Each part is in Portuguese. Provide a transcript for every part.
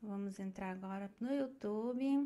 Vamos entrar agora no YouTube.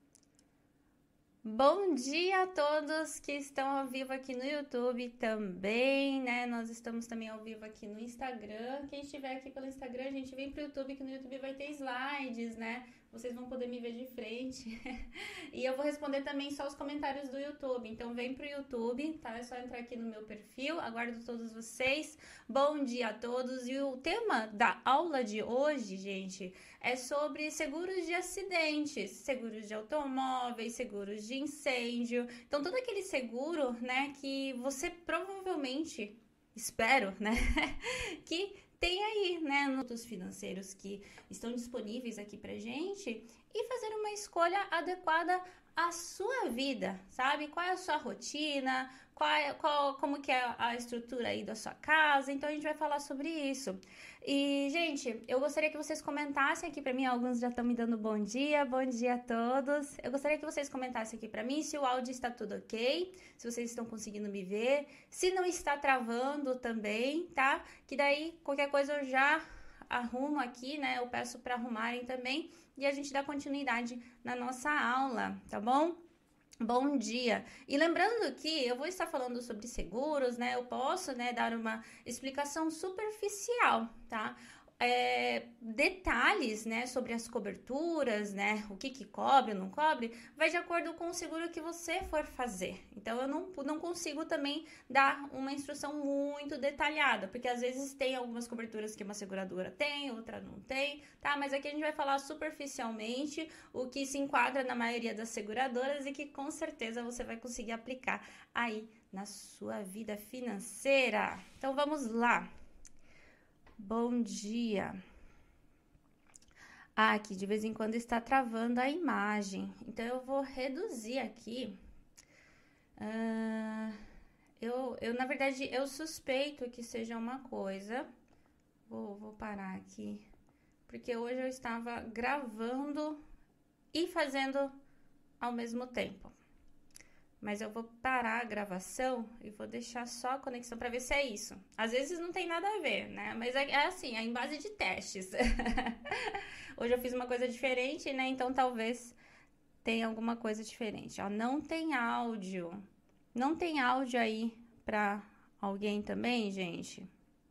Bom dia a todos que estão ao vivo aqui no YouTube também, né? Nós estamos também ao vivo aqui no Instagram. Quem estiver aqui pelo Instagram, a gente vem pro YouTube, que no YouTube vai ter slides, né? Vocês vão poder me ver de frente. E eu vou responder também só os comentários do YouTube. Então vem pro YouTube, tá? É só entrar aqui no meu perfil. Aguardo todos vocês. Bom dia a todos. E o tema da aula de hoje, gente, é sobre seguros de acidentes, seguros de automóveis, seguros de incêndio. Então, todo aquele seguro, né, que você provavelmente, espero, né, que tem aí, né, nos financeiros que estão disponíveis aqui pra gente e fazer uma escolha adequada à sua vida, sabe? Qual é a sua rotina, como que é a estrutura aí da sua casa. Então, a gente vai falar sobre isso. E, gente, eu gostaria que vocês comentassem aqui pra mim, alguns já estão me dando bom dia a todos. Eu gostaria que vocês comentassem aqui pra mim se o áudio está tudo ok, se vocês estão conseguindo me ver, se não está travando também, tá? Que daí, qualquer coisa eu já arrumo aqui, né? Eu peço para arrumarem também e a gente dá continuidade na nossa aula, tá bom? Bom dia! E lembrando que eu vou estar falando sobre seguros, né? Eu posso, né, dar uma explicação superficial, tá? Detalhes, né, sobre as coberturas, né, o que cobre ou não cobre, vai de acordo com o seguro que você for fazer. Então, eu não consigo também dar uma instrução muito detalhada, porque às vezes tem algumas coberturas que uma seguradora tem, outra não tem, tá? Mas aqui a gente vai falar superficialmente o que se enquadra na maioria das seguradoras e que com certeza você vai conseguir aplicar aí na sua vida financeira. Então, vamos lá. Bom dia. Aqui de vez em quando está travando a imagem. Então eu vou reduzir aqui. Na verdade, eu suspeito que seja uma coisa. Vou parar aqui. Porque hoje eu estava gravando e fazendo ao mesmo tempo. Mas eu vou parar a gravação e vou deixar só a conexão para ver se é isso. Às vezes não tem nada a ver, né? Mas é assim, é em base de testes. Hoje eu fiz uma coisa diferente, né? Então talvez tenha alguma coisa diferente. Ó, não tem áudio. Não tem áudio aí para alguém também, gente?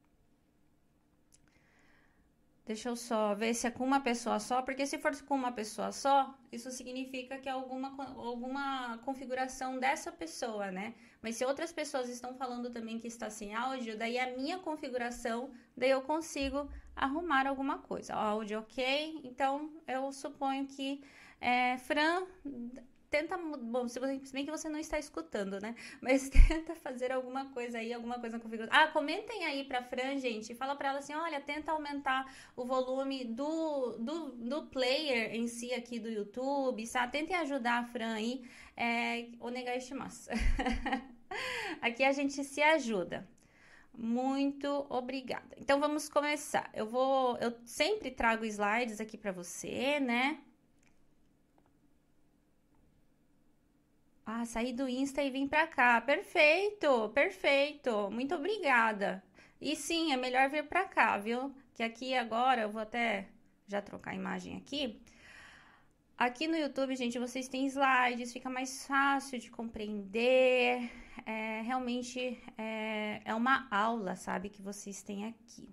Deixa eu só ver se é com uma pessoa só, porque se for com uma pessoa só, isso significa que é alguma configuração dessa pessoa, né? Mas se outras pessoas estão falando também que está sem áudio, daí a minha configuração, daí eu consigo arrumar alguma coisa. Áudio ok, então eu suponho que Fran, tenta, bom, se bem que você não está escutando, né? Mas tenta fazer alguma coisa aí, alguma coisa configurada. Comentem aí pra Fran, gente, fala pra ela assim, olha, tenta aumentar o volume do player em si aqui do YouTube, sabe? Tentem ajudar a Fran aí, onegaishimasu. Aqui a gente se ajuda. Muito obrigada. Então vamos começar. Eu sempre trago slides aqui pra você, né? Saí do Insta e vim pra cá. Perfeito, perfeito. Muito obrigada. E sim, é melhor vir pra cá, viu? Que aqui agora eu vou até já trocar a imagem aqui. Aqui no YouTube, gente, vocês têm slides, fica mais fácil de compreender. Realmente é uma aula, sabe, que vocês têm aqui.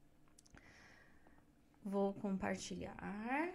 Vou compartilhar.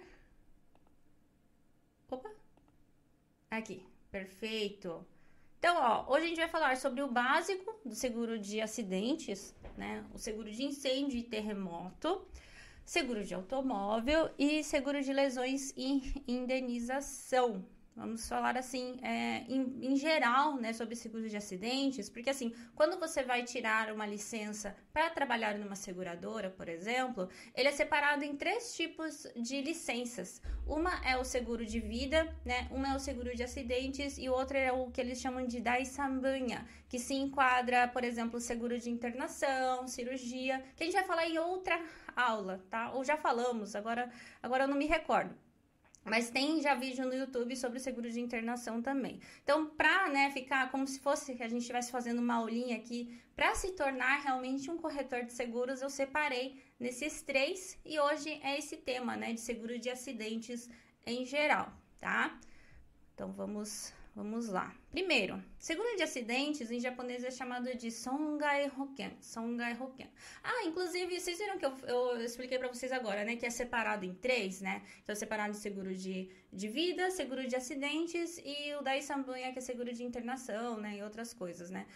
Opa! Aqui. Perfeito. Então, hoje a gente vai falar sobre o básico do seguro de acidentes, né? O seguro de incêndio e terremoto, seguro de automóvel e seguro de lesões e indenização. Vamos falar assim, em geral, né, sobre seguros de acidentes, porque assim, quando você vai tirar uma licença para trabalhar numa seguradora, por exemplo, ele é separado em 3 tipos de licenças. Uma é o seguro de vida, né? Uma é o seguro de acidentes e o outro é o que eles chamam de Daisanbanha, que se enquadra, por exemplo, seguro de internação, cirurgia, que a gente vai falar em outra aula, tá? Ou já falamos, agora eu não me recordo. Mas tem já vídeo no YouTube sobre o seguro de internação também. Então, para, né, ficar como se fosse que a gente estivesse fazendo uma aulinha aqui, para se tornar realmente um corretor de seguros, eu separei nesses 3 e hoje é esse tema, né, de seguro de acidentes em geral, tá? Então, vamos lá. Primeiro, seguro de acidentes em japonês é chamado de Songai Hoken. Songai Hoken. Inclusive, vocês viram que eu expliquei para vocês agora, né? Que é separado em 3, né? Então, é separado em seguro de vida, seguro de acidentes e o da Isambunya, que é seguro de internação, né? E outras coisas, né?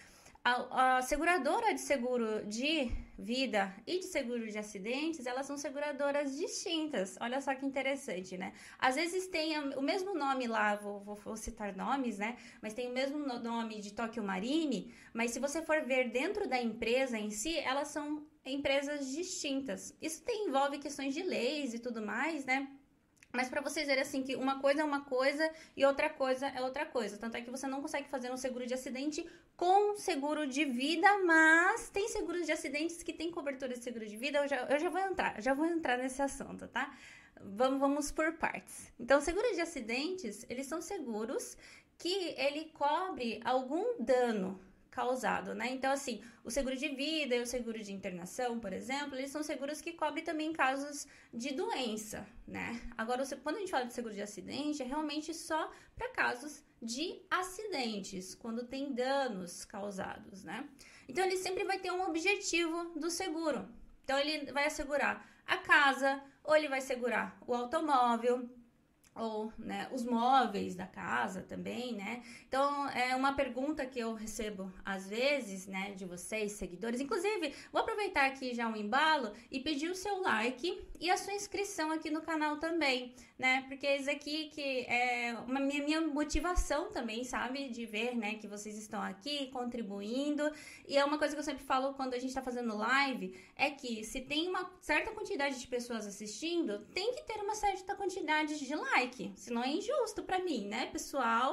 A seguradora de seguro de vida e de seguro de acidentes, elas são seguradoras distintas. Olha só que interessante, né? Às vezes tem o mesmo nome lá, vou citar nomes, né? Mas tem o mesmo nome de Tokyo Marine, mas se você for ver dentro da empresa em si, elas são empresas distintas. Isso envolve questões de leis e tudo mais, né? Mas para vocês verem assim que uma coisa é uma coisa e outra coisa é outra coisa. Tanto é que você não consegue fazer um seguro de acidente com seguro de vida, mas tem seguros de acidentes que tem cobertura de seguro de vida. Eu já vou entrar nesse assunto, tá? Vamos por partes. Então, seguros de acidentes, eles são seguros que ele cobre algum dano causado, né? Então, assim, o seguro de vida e o seguro de internação, por exemplo, eles são seguros que cobrem também casos de doença, né? Agora, quando a gente fala de seguro de acidente, é realmente só para casos de acidentes, quando tem danos causados, né? Então, ele sempre vai ter um objetivo do seguro. Então, ele vai assegurar a casa, ou ele vai segurar o automóvel, ou, né, os móveis da casa também, né? Então, é uma pergunta que eu recebo às vezes, né, de vocês, seguidores. Inclusive, vou aproveitar aqui já um embalo e pedir o seu like e a sua inscrição aqui no canal também, né? Porque isso aqui que é uma minha motivação também, sabe? De ver, né, que vocês estão aqui contribuindo. E é uma coisa que eu sempre falo quando a gente tá fazendo live, é que se tem uma certa quantidade de pessoas assistindo, tem que ter uma certa quantidade de like. Senão é injusto pra mim, né, pessoal?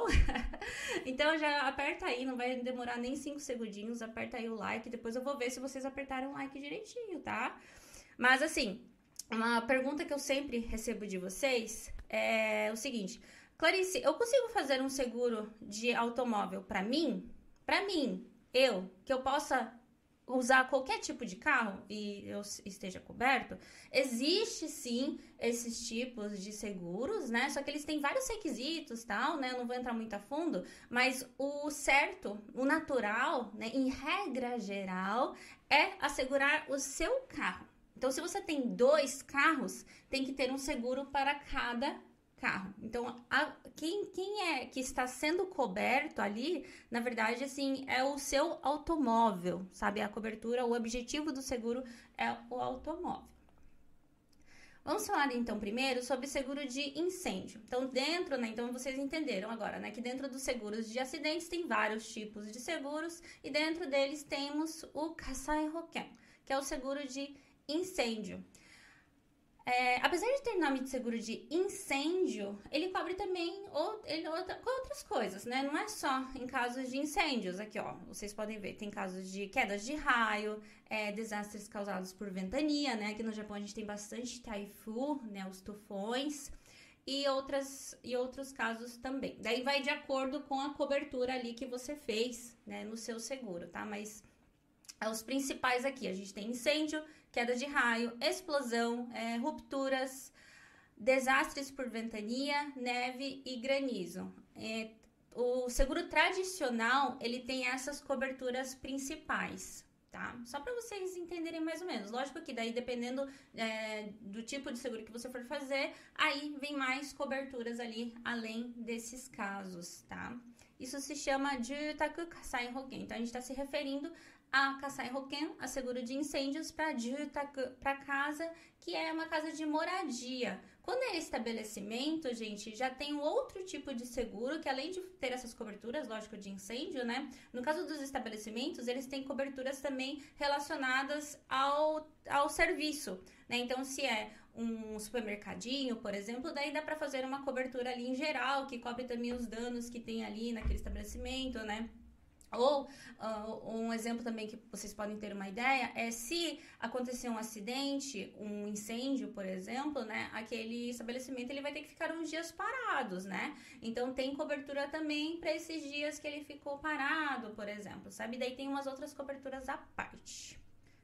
Então já aperta aí, não vai demorar nem 5 segundinhos, aperta aí o like, depois eu vou ver se vocês apertaram o like direitinho, tá? Mas assim, uma pergunta que eu sempre recebo de vocês é o seguinte: Clarice, eu consigo fazer um seguro de automóvel pra mim? Pra mim, que eu possa usar qualquer tipo de carro e eu esteja coberto? Existe sim esses tipos de seguros, né? Só que eles têm vários requisitos, tal, né? Eu não vou entrar muito a fundo, mas o certo, o natural, né, em regra geral, é assegurar o seu carro. Então, se você tem 2 carros, tem que ter um seguro para cada carro. Então, quem é que está sendo coberto ali, na verdade, assim, é o seu automóvel, sabe? A cobertura, o objetivo do seguro é o automóvel. Vamos falar, então, primeiro sobre seguro de incêndio. Então, então vocês entenderam agora, né? Que dentro dos seguros de acidentes tem vários tipos de seguros e dentro deles temos o Kasai Hoken, que é o seguro de incêndio. Apesar de ter nome de seguro de incêndio, ele cobre também outras coisas, né? Não é só em casos de incêndios. Aqui, ó, vocês podem ver, tem casos de quedas de raio, desastres causados por ventania, né? Aqui no Japão a gente tem bastante taifu, né? Os tufões e outros casos também. Daí vai de acordo com a cobertura ali que você fez, né? No seu seguro, tá? Mas os principais aqui, a gente tem incêndio, queda de raio, explosão, rupturas, desastres por ventania, neve e granizo. O seguro tradicional, ele tem essas coberturas principais, tá? Só para vocês entenderem mais ou menos. Lógico que daí, dependendo do tipo de seguro que você for fazer, aí vem mais coberturas ali, além desses casos, tá? Isso se chama Jutaku Kasai Hoken. Então, a gente está se referindo a Kasai Hoken, a seguro de incêndios, para casa, que é uma casa de moradia. Quando é estabelecimento, gente, já tem um outro tipo de seguro, que além de ter essas coberturas, lógico, de incêndio, né? No caso dos estabelecimentos, eles têm coberturas também relacionadas ao serviço, né? Então, se é um supermercadinho, por exemplo, daí dá para fazer uma cobertura ali em geral, que cobre também os danos que tem ali naquele estabelecimento, né? Ou um exemplo também que vocês podem ter uma ideia é se acontecer um acidente, um incêndio, por exemplo, né? Aquele estabelecimento ele vai ter que ficar uns dias parados, né? Então tem cobertura também para esses dias que ele ficou parado, por exemplo, sabe? Daí tem umas outras coberturas à parte.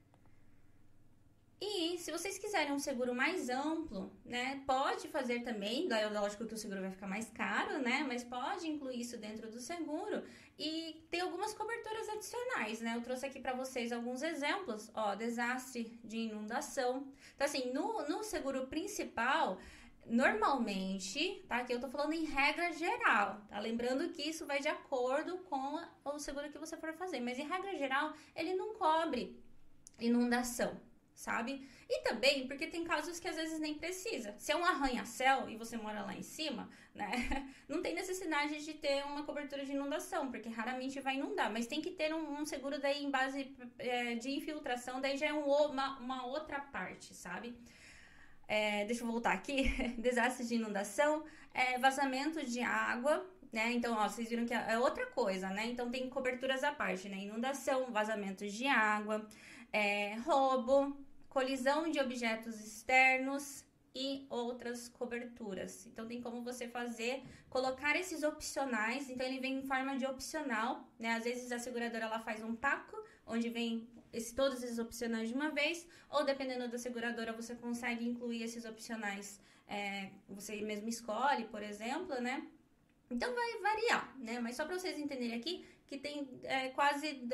E se vocês quiserem um seguro mais amplo, né, pode fazer também, lógico que o seguro vai ficar mais caro, né, mas pode incluir isso dentro do seguro e ter algumas coberturas adicionais, né, eu trouxe aqui para vocês alguns exemplos, ó, desastre de inundação. Então, assim, no seguro principal, normalmente, tá, aqui eu tô falando em regra geral, tá, lembrando que isso vai de acordo com o seguro que você for fazer, mas em regra geral, ele não cobre inundação, sabe? E também porque tem casos que às vezes nem precisa. Se é um arranha-céu e você mora lá em cima, né? Não tem necessidade de ter uma cobertura de inundação, porque raramente vai inundar. Mas tem que ter um seguro daí em base de infiltração, daí já é uma outra parte, sabe? Deixa eu voltar aqui. Desastres de inundação, vazamento de água, né? Então, ó, vocês viram que é outra coisa, né? Então tem coberturas à parte, né? Inundação, vazamentos de água, roubo, colisão de objetos externos e outras coberturas. Então tem como você colocar esses opcionais. Então ele vem em forma de opcional, né? Às vezes a seguradora ela faz um paco onde vem todos esses opcionais de uma vez, ou dependendo da seguradora você consegue incluir esses opcionais, você mesmo escolhe, por exemplo, né? Então vai variar, né? Mas só para vocês entenderem aqui que tem quase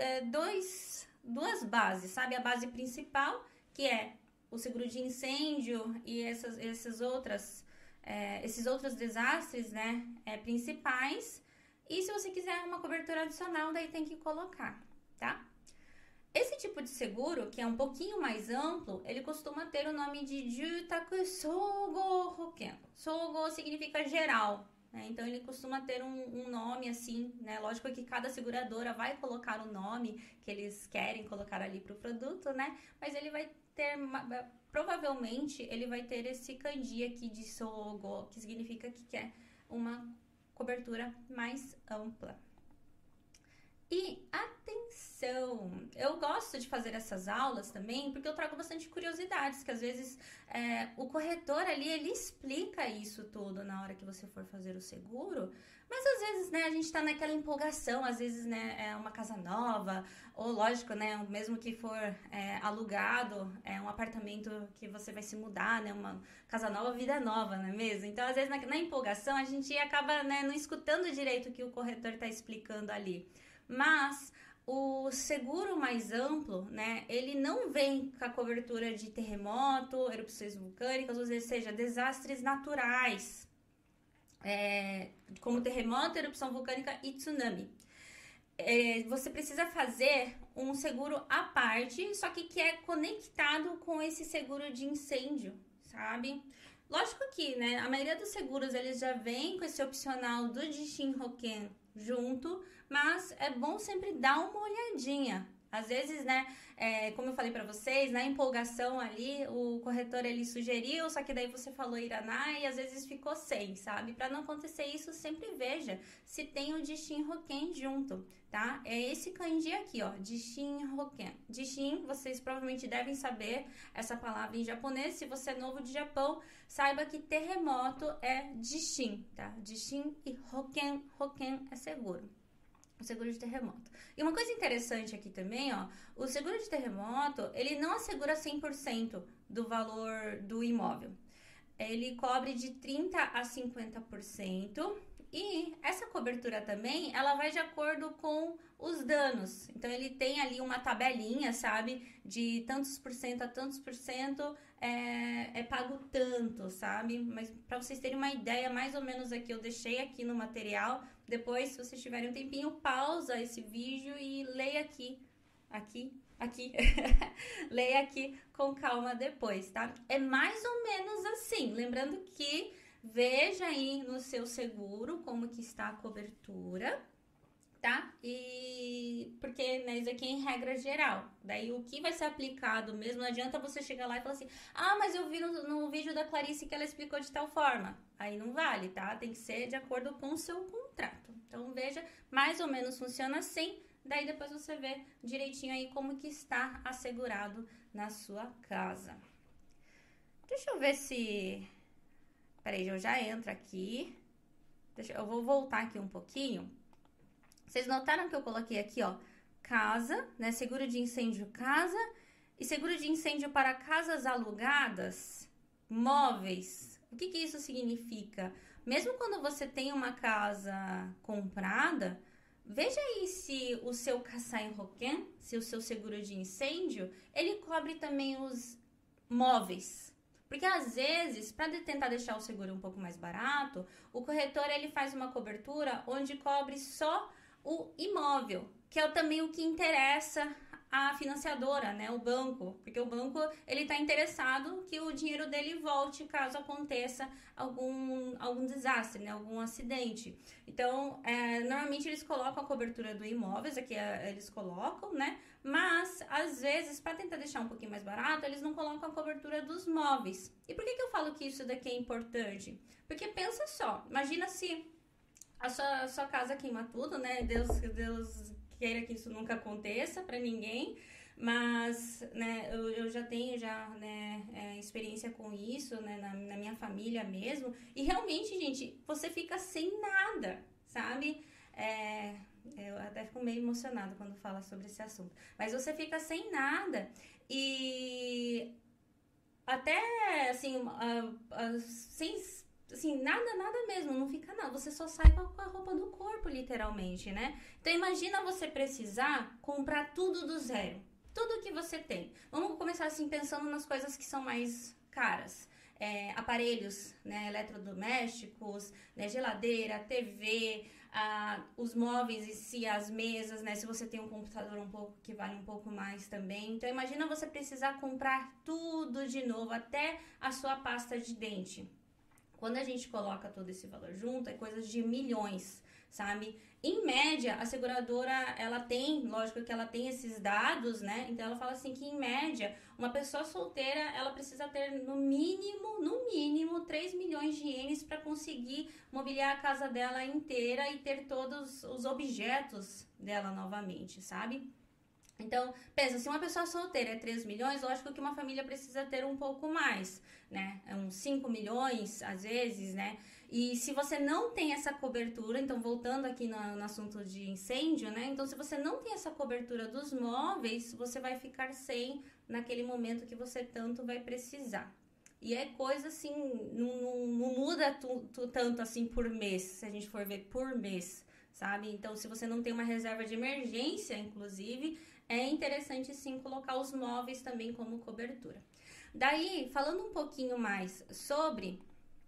duas bases, sabe? A base principal, que é o seguro de incêndio e esses outros desastres, né? Principais. E se você quiser uma cobertura adicional, daí tem que colocar, tá? Esse tipo de seguro, que é um pouquinho mais amplo, ele costuma ter o nome de Jutaku Sogo Hoken. Sogo significa geral, né? Então ele costuma ter um nome assim, né? Lógico que cada seguradora vai colocar o nome que eles querem colocar ali para o produto, né? Mas ele vai ter, provavelmente, ele vai ter esse kanji aqui de Sogo, que significa que quer uma cobertura mais ampla. E atenção, eu gosto de fazer essas aulas também porque eu trago bastante curiosidades, que às vezes o corretor ali, ele explica isso tudo na hora que você for fazer o seguro, mas às vezes, né, a gente tá naquela empolgação, às vezes, né, é uma casa nova, ou lógico, né, mesmo que for alugado, um apartamento que você vai se mudar, né, uma casa nova, vida nova, não é mesmo? Então, às vezes, na empolgação, a gente acaba, né, não escutando direito o que o corretor tá explicando ali. Mas o seguro mais amplo, né, ele não vem com a cobertura de terremoto, erupções vulcânicas, ou seja, desastres naturais, como terremoto, erupção vulcânica e tsunami. Você precisa fazer um seguro à parte, só que é conectado com esse seguro de incêndio, sabe? Lógico que, né, a maioria dos seguros eles já vem com esse opcional do Jishin Hoken junto, mas é bom sempre dar uma olhadinha. Às vezes, né, como eu falei pra vocês, na empolgação ali, o corretor ele sugeriu, só que daí você falou Iraná e às vezes ficou sem, sabe? Pra não acontecer isso, sempre veja se tem o Jishin Hoken junto, tá? É esse kanji aqui, ó, Jishin Hoken. Jishin, vocês provavelmente devem saber essa palavra em japonês. Se você é novo de Japão, saiba que terremoto é Jishin, tá? Jishin e Hoken, Hoken é seguro. O seguro de terremoto. E uma coisa interessante aqui também, ó, o seguro de terremoto, ele não assegura 100% do valor do imóvel. Ele cobre de 30% a 50%. E essa cobertura também, ela vai de acordo com os danos. Então, ele tem ali uma tabelinha, sabe? De tantos por cento a tantos por cento é pago tanto, sabe? Mas para vocês terem uma ideia, mais ou menos aqui, eu deixei aqui no material. Depois, se vocês tiverem um tempinho, pausa esse vídeo e leia aqui. Leia aqui com calma depois, tá? É mais ou menos assim. Lembrando que veja aí no seu seguro como que está a cobertura, tá? E porque, né, isso aqui é em regra geral. Daí o que vai ser aplicado mesmo, não adianta você chegar lá e falar assim: ah, mas eu vi no vídeo da Clarice que ela explicou de tal forma. Aí não vale, tá? Tem que ser de acordo com o seu contrato. Então veja, mais ou menos funciona assim. daí depois você vê direitinho aí como que está assegurado na sua casa. Deixa eu ver se... Peraí, eu já entro aqui. Eu vou voltar aqui um pouquinho. Vocês notaram que eu coloquei aqui, ó, casa, né? Seguro de incêndio casa e seguro de incêndio para casas alugadas, móveis. O que isso significa? Mesmo quando você tem uma casa comprada, veja aí se o seu Kassai Hoken, se o seu seguro de incêndio, ele cobre também os móveis. Porque às vezes, para tentar deixar o seguro um pouco mais barato, o corretor ele faz uma cobertura onde cobre só o imóvel, que é também o que interessa a financiadora, né, o banco, porque o banco ele está interessado que o dinheiro dele volte caso aconteça algum desastre, né, algum acidente. Então, normalmente eles colocam a cobertura do imóvel, aqui eles colocam, né, mas às vezes para tentar deixar um pouquinho mais barato, eles não colocam a cobertura dos móveis. E por que eu falo que isso daqui é importante? Porque pensa só, imagina se a sua casa queima tudo, né? Deus queira que isso nunca aconteça para ninguém, mas, né, eu já tenho né, experiência com isso, né, na minha família mesmo, e realmente, gente, você fica sem nada, sabe? Eu até fico meio emocionada quando fala sobre esse assunto, mas você fica sem nada e até, assim, sem... Assim, nada mesmo, não fica nada, você só sai com a roupa do corpo, literalmente, né? Então, imagina você precisar comprar tudo do zero, tudo que você tem. Vamos começar, assim, pensando nas coisas que são mais caras. Aparelhos, né, eletrodomésticos, né, geladeira, TV, os móveis em si, as mesas, né, se você tem um computador um pouco que vale um pouco mais também. Então, imagina você precisar comprar tudo de novo, até a sua pasta de dente. Quando a gente coloca todo esse valor junto, é coisa de milhões, sabe? Em média, a seguradora, ela tem, lógico que ela tem esses dados, né? Então, ela fala assim que, em média, uma pessoa solteira, ela precisa ter, no mínimo, 3 milhões de ienes para conseguir mobiliar a casa dela inteira e ter todos os objetos dela novamente, sabe? Então, pensa, se uma pessoa solteira é 3 milhões, lógico que uma família precisa ter um pouco mais, né? Uns 5 milhões, às vezes, né? E se você não tem essa cobertura, então voltando aqui no assunto de incêndio, né? Então, se você não tem essa cobertura dos móveis, você vai ficar sem naquele momento que você tanto vai precisar. E é coisa assim, não muda tanto assim por mês, se a gente for ver por mês, sabe? Então, se você não tem uma reserva de emergência, inclusive, é interessante sim colocar os móveis também como cobertura. Daí, falando um pouquinho mais sobre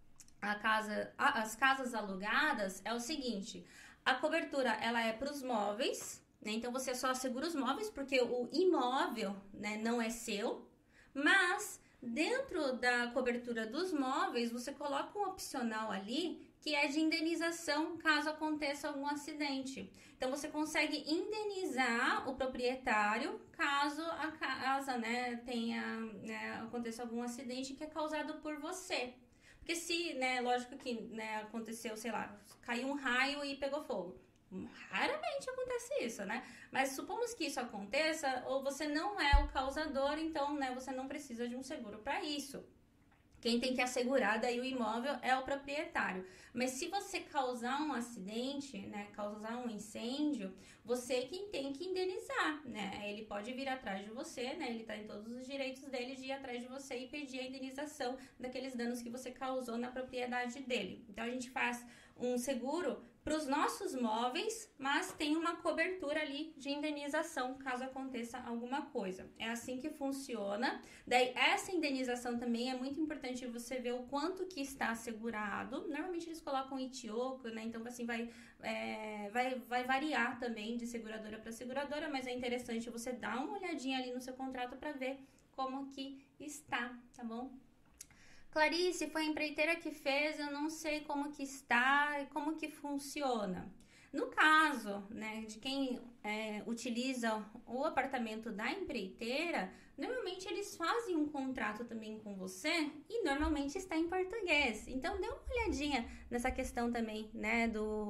as casas alugadas, é o seguinte: a cobertura ela é para os móveis, né? Então você só segura os móveis porque o imóvel, né, não é seu, mas dentro da cobertura dos móveis você coloca um opcional ali que é de indenização caso aconteça algum acidente. Então, você consegue indenizar o proprietário caso a casa, né, aconteça algum acidente que é causado por você. Porque se, né, lógico que, né, aconteceu, sei lá, caiu um raio e pegou fogo. Raramente acontece isso, né? Mas supomos que isso aconteça, ou você não é o causador, então, né, você não precisa de um seguro para isso. Quem tem que assegurar daí o imóvel é o proprietário. Mas se você causar um acidente, né, causar um incêndio, você é quem tem que indenizar, né? Ele pode vir atrás de você, né? Ele tá em todos os direitos dele de ir atrás de você e pedir a indenização daqueles danos que você causou na propriedade dele. Então, a gente faz um seguro para os nossos móveis, mas tem uma cobertura ali de indenização caso aconteça alguma coisa. É assim que funciona. Daí, essa indenização também é muito importante você ver o quanto que está assegurado. Normalmente eles colocam Itioco, né? Então, assim, vai variar também de seguradora para seguradora, mas é interessante você dar uma olhadinha ali no seu contrato para ver como que está, tá bom? Clarice, foi a empreiteira que fez, eu não sei como que está e como que funciona. No caso, né, de quem utiliza o apartamento da empreiteira, normalmente eles fazem um contrato também com você e normalmente está em português. Então, dê uma olhadinha nessa questão também, né,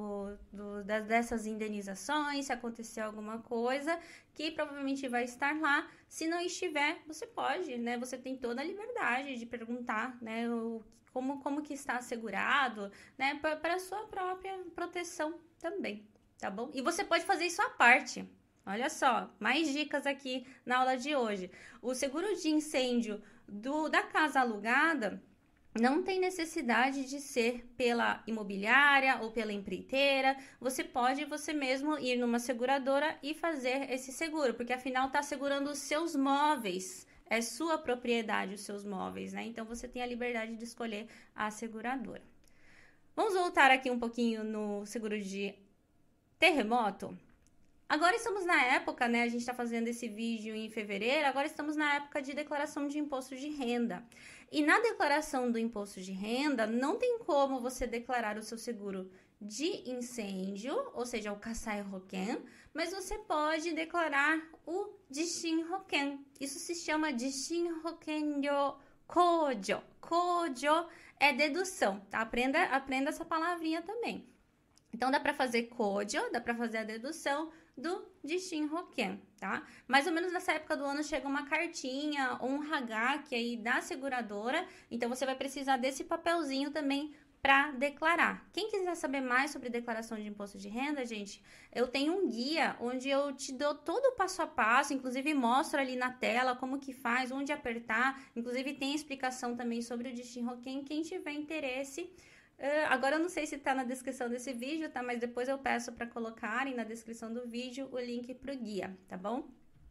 dessas indenizações, se acontecer alguma coisa, que provavelmente vai estar lá. Se não estiver, você pode, né, você tem toda a liberdade de perguntar, né, como que está assegurado, né, para a sua própria proteção também, tá bom? E você pode fazer isso à parte. Olha só, mais dicas aqui na aula de hoje. O seguro de incêndio da casa alugada não tem necessidade de ser pela imobiliária ou pela empreiteira. Você pode você mesmo ir numa seguradora e fazer esse seguro, porque afinal está segurando os seus móveis. É sua propriedade os seus móveis, né? Então você tem a liberdade de escolher a seguradora. Vamos voltar aqui um pouquinho no seguro de terremoto. Agora estamos na época, né? A gente está fazendo esse vídeo em fevereiro, agora estamos na época de declaração de imposto de renda. E na declaração do imposto de renda, não tem como você declarar o seu seguro de incêndio, ou seja, o Kasai Hoken, mas você pode declarar o Jishin Hoken. Isso se chama Jishin Hoken ryo Kojo. Kojo é dedução, tá? Aprenda essa palavrinha também. Então, dá para fazer Kojo, dá para fazer a dedução do Jishin Hoken, tá? Mais ou menos nessa época do ano chega uma cartinha ou um hagaki aí da seguradora, então você vai precisar desse papelzinho também para declarar. Quem quiser saber mais sobre declaração de imposto de renda, gente, eu tenho um guia onde eu te dou todo o passo a passo, inclusive mostro ali na tela como que faz, onde apertar, inclusive tem explicação também sobre o Jishin Hoken, quem tiver interesse. Agora eu não sei se está na descrição desse vídeo, tá? Mas depois eu peço para colocarem na descrição do vídeo o link para o guia, tá bom?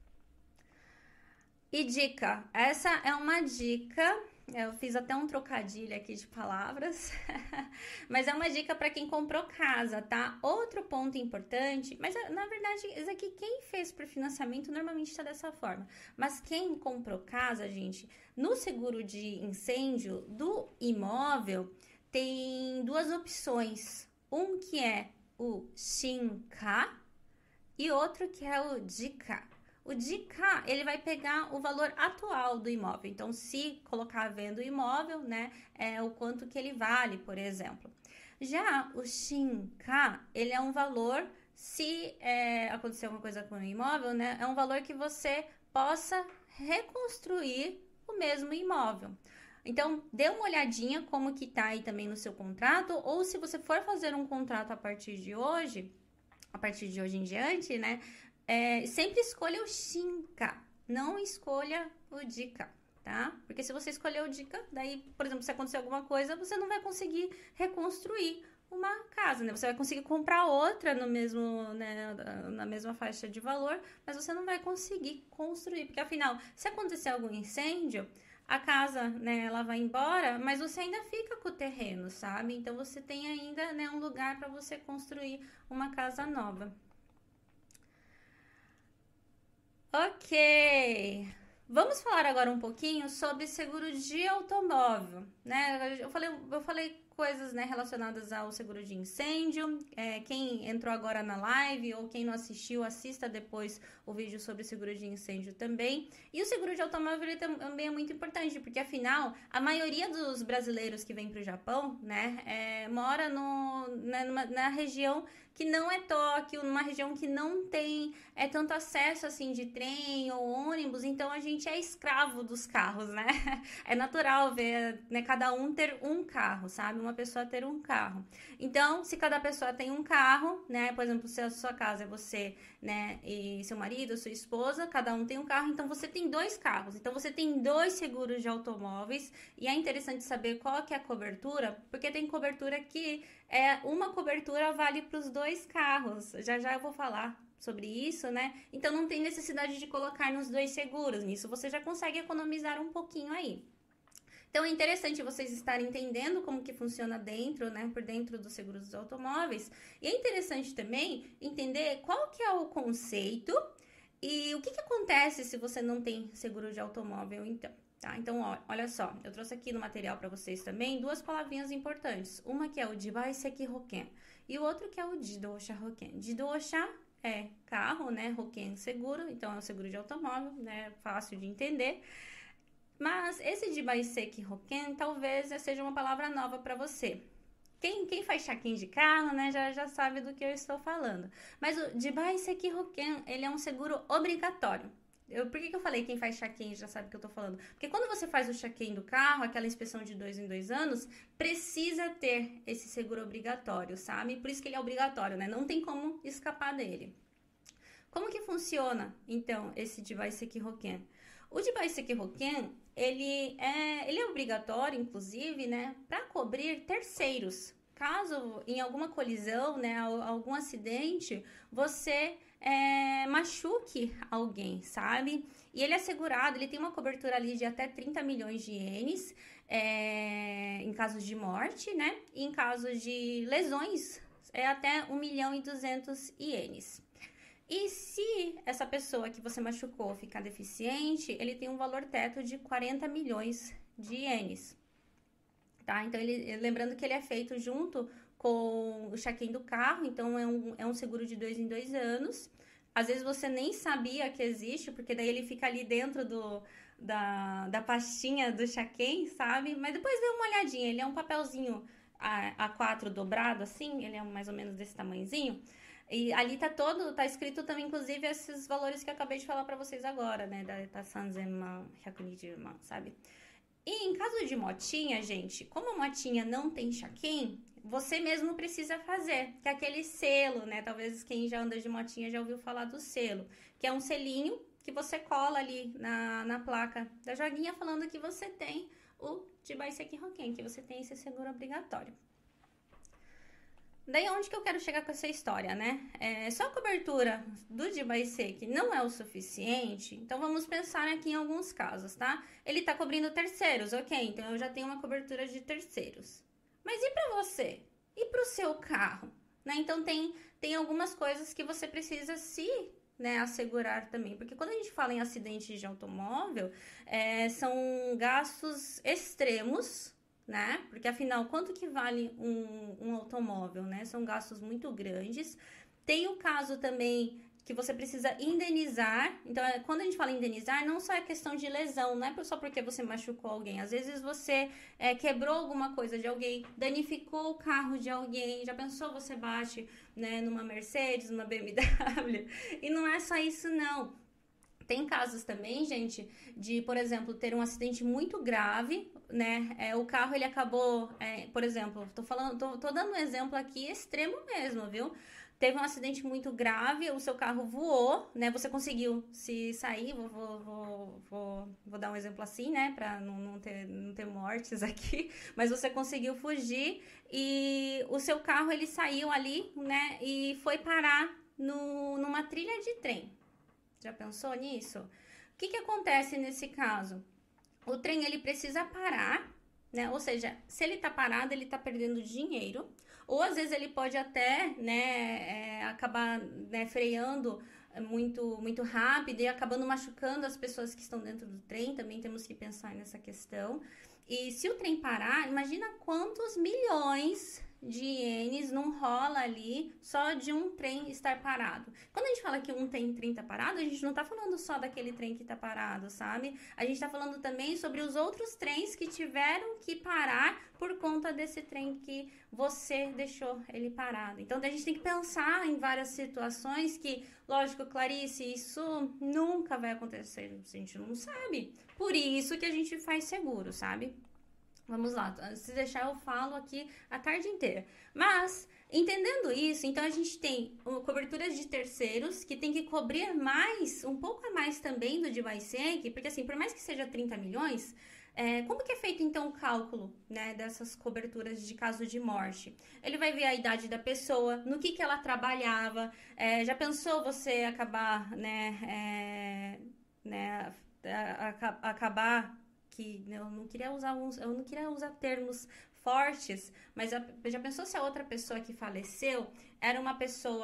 E dica, essa é uma dica, eu fiz até um trocadilho aqui de palavras, mas é uma dica para quem comprou casa, tá? Outro ponto importante, mas na verdade isso aqui quem fez por financiamento normalmente está dessa forma, mas quem comprou casa, gente, no seguro de incêndio do imóvel, tem duas opções, um que é o Shinka e outro que é o Jika. O Jika, ele vai pegar o valor atual do imóvel, então se colocar a venda o imóvel, né, é o quanto que ele vale, por exemplo. Já o Shinka, ele é um valor, se acontecer alguma coisa com o imóvel, né, é um valor que você possa reconstruir o mesmo imóvel. Então, dê uma olhadinha como que tá aí também no seu contrato, ou se você for fazer um contrato a partir de hoje em diante, né, sempre escolha o Shinka, não escolha o Jika, tá? Porque se você escolher o Jika, daí, por exemplo, se acontecer alguma coisa, você não vai conseguir reconstruir uma casa, né? Você vai conseguir comprar outra no mesmo, né, na mesma faixa de valor, mas você não vai conseguir construir, porque afinal, se acontecer algum incêndio, a casa, né, ela vai embora, mas você ainda fica com o terreno, sabe? Então, você tem ainda, né, um lugar para você construir uma casa nova. Ok, vamos falar agora um pouquinho sobre seguro de automóvel, né? Eu falei coisas, né, relacionadas ao seguro de incêndio. Quem entrou agora na live ou quem não assistiu, assista depois o vídeo sobre seguro de incêndio também. E o seguro de automóvel ele também é muito importante, porque afinal, a maioria dos brasileiros que vêm para o Japão, né, mora na região que não é Tóquio, numa região que não tem tanto acesso assim de trem ou ônibus, então a gente é escravo dos carros, né? É natural ver, né, cada um ter um carro, sabe? Uma pessoa ter um carro. Então, se cada pessoa tem um carro, né? Por exemplo, se a sua casa é você, né, e seu marido, sua esposa, cada um tem um carro, então você tem dois carros. Então, você tem dois seguros de automóveis e é interessante saber qual que é a cobertura, porque tem cobertura que uma cobertura vale para os dois carros. Já eu vou falar sobre isso, né? Então, não tem necessidade de colocar nos dois seguros. Nisso, você já consegue economizar um pouquinho aí. Então, é interessante vocês estarem entendendo como que funciona dentro, né? Por dentro dos seguros dos automóveis. E é interessante também entender qual que é o conceito e o que acontece se você não tem seguro de automóvel, então. Tá? Então, olha só, eu trouxe aqui no material para vocês também duas palavrinhas importantes. Uma que é o Jibaiseki Hoken e o outro que é o Jidosha Hoken. Jidosha é carro, né? Roken seguro, então é um seguro de automóvel, né? Fácil de entender. Mas esse de Baiseki Roken talvez seja uma palavra nova para você. Quem faz check-in de carro, né, já sabe do que eu estou falando. Mas o de Baiseki Roken, ele é um seguro obrigatório. Por que eu falei quem faz check-in já sabe o que eu estou falando? Porque quando você faz o check-in do carro, aquela inspeção de 2 em 2 anos, precisa ter esse seguro obrigatório, sabe? Por isso que ele é obrigatório, né? Não tem como escapar dele. Como que funciona, então, esse de Baiseki Roken? O de Baiseki Roken, ele é obrigatório, inclusive, né, para cobrir terceiros. Caso em alguma colisão, né, algum acidente, você machuque alguém, sabe? E ele é segurado, ele tem uma cobertura ali de até 30 milhões de ienes em casos de morte, né? E em casos de lesões, é até 1.200.000 ienes. E se essa pessoa que você machucou ficar deficiente, ele tem um valor teto de 40 milhões de ienes. Tá? Então, lembrando que ele é feito junto com o check-in do carro, então é um seguro de 2 em 2 anos. Às vezes você nem sabia que existe, porque daí ele fica ali dentro da pastinha do check-in, sabe? Mas depois dê uma olhadinha, ele é um papelzinho A4 dobrado assim, ele é mais ou menos desse tamanhozinho. E ali tá escrito também, inclusive, esses valores que eu acabei de falar pra vocês agora, né? Da Sanzenman, Hyakunijirman, sabe? E em caso de motinha, gente, como a motinha não tem check-in, você mesmo precisa fazer, que é aquele selo, né? Talvez quem já anda de motinha já ouviu falar do selo, que é um selinho que você cola ali na placa da joguinha falando que você tem o de Baiseki Roken, que você tem esse seguro obrigatório. Daí onde que eu quero chegar com essa história, né? Só a cobertura do de Baiseki não é o suficiente, então vamos pensar aqui em alguns casos, tá? Ele tá cobrindo terceiros, ok, então eu já tenho uma cobertura de terceiros. Mas e para você? E para o seu carro? Né? Então tem algumas coisas que você precisa assegurar também, porque quando a gente fala em acidentes de automóvel, são gastos extremos, né? Porque afinal, quanto que vale um automóvel, né? São gastos muito grandes. Tem o caso também que você precisa indenizar. Então, quando a gente fala indenizar, não só é questão de lesão, não é só porque você machucou alguém. Às vezes você quebrou alguma coisa de alguém, danificou o carro de alguém. Já pensou, você bate, né, numa Mercedes, numa BMW? E não é só isso, não. Tem casos também, gente, de, por exemplo, ter um acidente muito grave, né? O carro, ele acabou, por exemplo, tô dando um exemplo aqui extremo mesmo, viu? Teve um acidente muito grave, o seu carro voou, né? Você conseguiu se sair, vou dar um exemplo assim, né? Pra não ter mortes aqui, mas você conseguiu fugir e o seu carro, ele saiu ali, né? E foi parar numa trilha de trem. Já pensou nisso? O que acontece nesse caso? O trem, ele precisa parar, né? Ou seja, se ele tá parado, ele tá perdendo dinheiro. Ou às vezes ele pode até, né, acabar, né, freando muito, muito rápido e acabando machucando as pessoas que estão dentro do trem. Também temos que pensar nessa questão. E se o trem parar, imagina quantos milhões de ienes não rola ali só de um trem estar parado. Quando a gente fala que um trem tá parado, a gente não tá falando só daquele trem que tá parado, sabe? A gente tá falando também sobre os outros trens que tiveram que parar por conta desse trem que você deixou ele parado. Então a gente tem que pensar em várias situações que, lógico, Clarice, isso nunca vai acontecer, a gente não sabe. Por isso que a gente faz seguro, sabe? Vamos lá, se deixar eu falo aqui a tarde inteira. Mas, entendendo isso, então a gente tem coberturas de terceiros que tem que cobrir mais, um pouco a mais também do de Baiseki, porque assim, por mais que seja 30 milhões, como que é feito então o cálculo, né, dessas coberturas de caso de morte? Ele vai ver a idade da pessoa, no que ela trabalhava, já pensou você acabar, acabar que eu não queria usar termos fortes, mas já pensou se a outra pessoa que faleceu era uma pessoa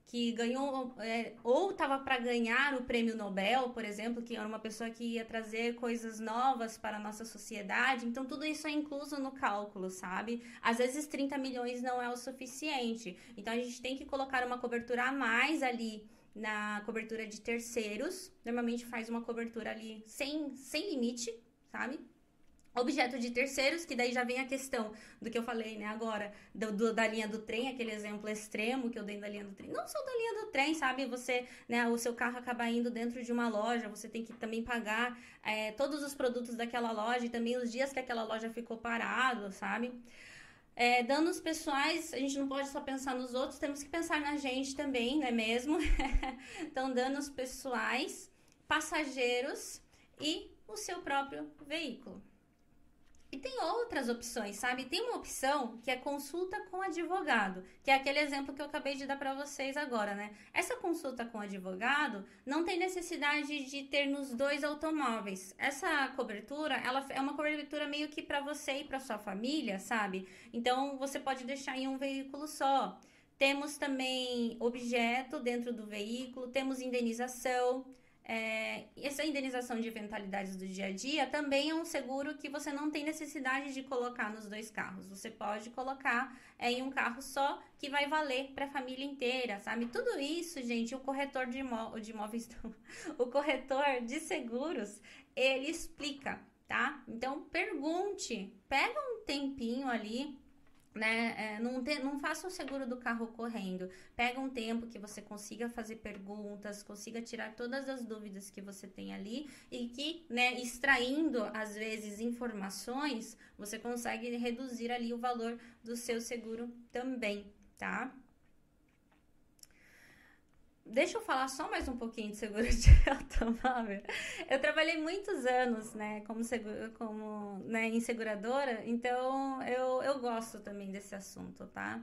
que ganhou ou estava para ganhar o prêmio Nobel, por exemplo, que era uma pessoa que ia trazer coisas novas para a nossa sociedade. Então, tudo isso é incluso no cálculo, sabe? Às vezes, 30 milhões não é o suficiente. Então, a gente tem que colocar uma cobertura a mais ali na cobertura de terceiros. Normalmente, faz uma cobertura ali sem limite, sabe? Objeto de terceiros, que daí já vem a questão do que eu falei, né, agora, da linha do trem, aquele exemplo extremo que eu dei da linha do trem. Não só da linha do trem, sabe? Você, né, o seu carro acaba indo dentro de uma loja, você tem que também pagar todos os produtos daquela loja e também os dias que aquela loja ficou parado, sabe? Danos pessoais, a gente não pode só pensar nos outros, temos que pensar na gente também, não é mesmo? Então, danos pessoais, passageiros e o seu próprio veículo. E tem outras opções, sabe? Tem uma opção que é consulta com advogado, que é aquele exemplo que eu acabei de dar para vocês agora, né? Essa consulta com advogado não tem necessidade de ter nos dois automóveis. Essa cobertura, ela é uma cobertura meio que para você e para sua família, sabe? Então, você pode deixar em um veículo só. Temos também objeto dentro do veículo, temos indenização. Essa indenização de eventualidades do dia a dia também é um seguro que você não tem necessidade de colocar nos dois carros. Você pode colocar em um carro só, que vai valer para a família inteira, sabe? Tudo isso, gente, o corretor de imóveis, o corretor de seguros, ele explica, tá? Então, pergunte, pega um tempinho ali, né? Não faça o seguro do carro correndo. Pega um tempo que você consiga fazer perguntas, consiga tirar todas as dúvidas que você tem ali e que, né, extraindo às vezes informações, você consegue reduzir ali o valor do seu seguro também, tá? Deixa eu falar só mais um pouquinho de seguro de automóvel. Eu trabalhei muitos anos, né, né, em seguradora, então eu gosto também desse assunto, tá?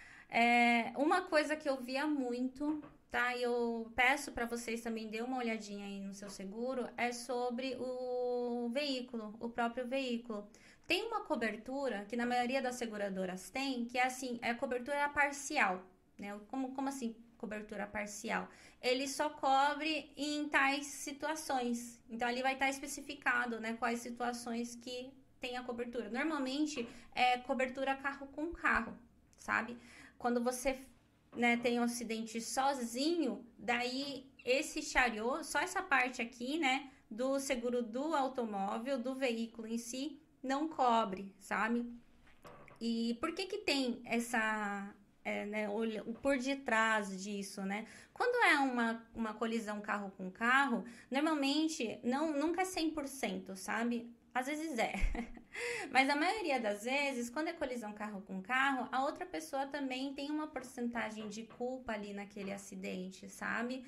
Uma coisa que eu via muito, tá? E eu peço para vocês também dêem uma olhadinha aí no seu seguro, é sobre o veículo, o próprio veículo. Tem uma cobertura que na maioria das seguradoras tem, que é assim, é cobertura parcial, né? Como assim? Cobertura parcial, ele só cobre em tais situações. Então, ali vai estar especificado, né, quais situações que tem a cobertura. Normalmente, é cobertura carro com carro, sabe? Quando você, né, tem um acidente sozinho, daí esse chariot, só essa parte aqui, né, do seguro do automóvel, do veículo em si, não cobre, sabe? E por que tem essa... né, por detrás disso, né? Quando é uma colisão carro com carro, normalmente nunca é 100%, sabe? Às vezes é. Mas a maioria das vezes, quando é colisão carro com carro, a outra pessoa também tem uma porcentagem de culpa ali naquele acidente, sabe?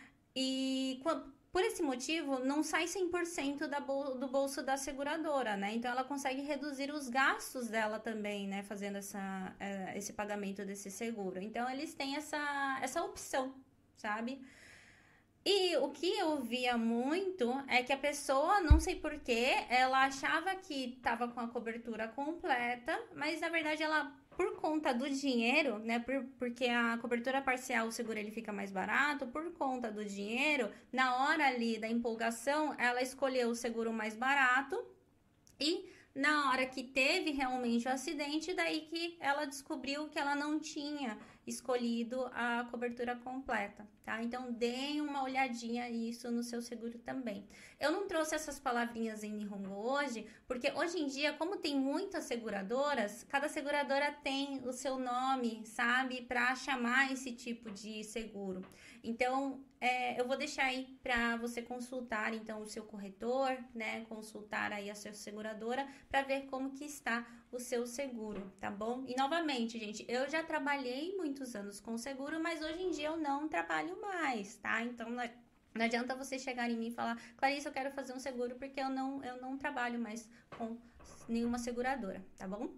E por esse motivo, não sai 100% do bolso da seguradora, né? Então, ela consegue reduzir os gastos dela também, né? Fazendo esse pagamento desse seguro. Então, eles têm essa opção, sabe? E o que eu via muito é que a pessoa, não sei porquê, ela achava que estava com a cobertura completa, mas, na verdade, ela... Por conta do dinheiro, né? Porque a cobertura parcial, o seguro ele fica mais barato. Por conta do dinheiro, na hora ali da empolgação, ela escolheu o seguro mais barato. E na hora que teve realmente o acidente, daí que ela descobriu que ela não tinha escolhido a cobertura completa, tá? Então, deem uma olhadinha isso no seu seguro também. Eu não trouxe essas palavrinhas em Nihongo hoje, porque hoje em dia, como tem muitas seguradoras, cada seguradora tem o seu nome, sabe? Para chamar esse tipo de seguro. Então, eu vou deixar aí para você consultar, então, o seu corretor, né? Consultar aí a sua seguradora para ver como que está o seu seguro, tá bom? E, novamente, gente, eu já trabalhei muitos anos com seguro, mas hoje em dia eu não trabalho mais, tá? Então, não adianta você chegar em mim e falar, Clarissa, eu quero fazer um seguro porque eu não trabalho mais com nenhuma seguradora, tá bom?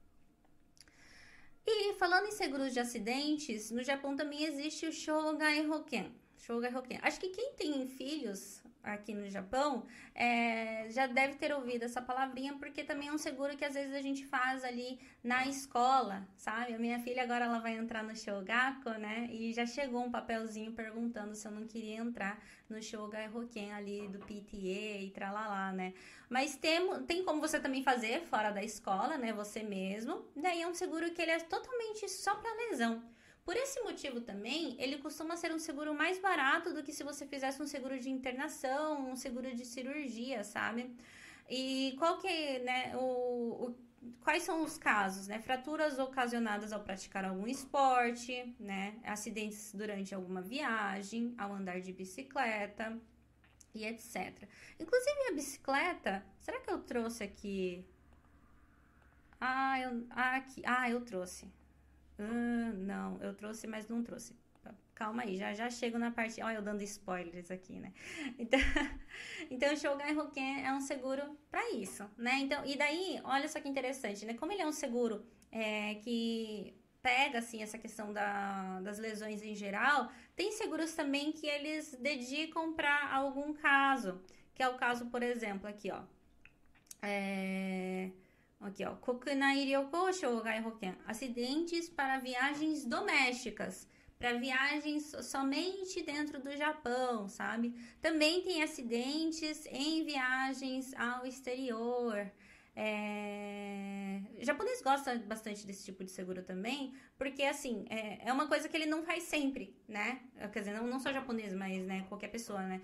E falando em seguros de acidentes, no Japão também existe o Shogai Hoken. Acho que quem tem filhos, aqui no Japão, já deve ter ouvido essa palavrinha, porque também é um seguro que às vezes a gente faz ali na escola, sabe? A minha filha agora ela vai entrar no Shogaku, né? E já chegou um papelzinho perguntando se eu não queria entrar no Shogai Hoken ali do PTA e tralalá, né? Mas tem como você também fazer fora da escola, né? Você mesmo. Daí é um seguro que ele é totalmente só para lesão. Por esse motivo também, ele costuma ser um seguro mais barato do que se você fizesse um seguro de internação, um seguro de cirurgia, sabe? E qual que é, né, quais são os casos, né? Fraturas ocasionadas ao praticar algum esporte, né? Acidentes durante alguma viagem, ao andar de bicicleta e etc. Inclusive a bicicleta, será que eu trouxe aqui? Eu trouxe. Não, eu trouxe, mas não trouxe. Calma aí, já chego na parte. Olha, eu dando spoilers aqui, né? Então, então o Shogai Hoken é um seguro para isso, né? Então, e daí, olha só que interessante, né? Como ele é um seguro que pega, assim, essa questão das lesões em geral, tem seguros também que eles dedicam para algum caso, que é o caso, por exemplo, aqui, ó. Aqui, ó, Kokunai Ryoko Shogai Hoken, acidentes para viagens domésticas, para viagens somente dentro do Japão, sabe? Também tem acidentes em viagens ao exterior. O japonês gosta bastante desse tipo de seguro também, porque assim, é uma coisa que ele não faz sempre, né? Quer dizer, não só japonês, mas né, qualquer pessoa, né?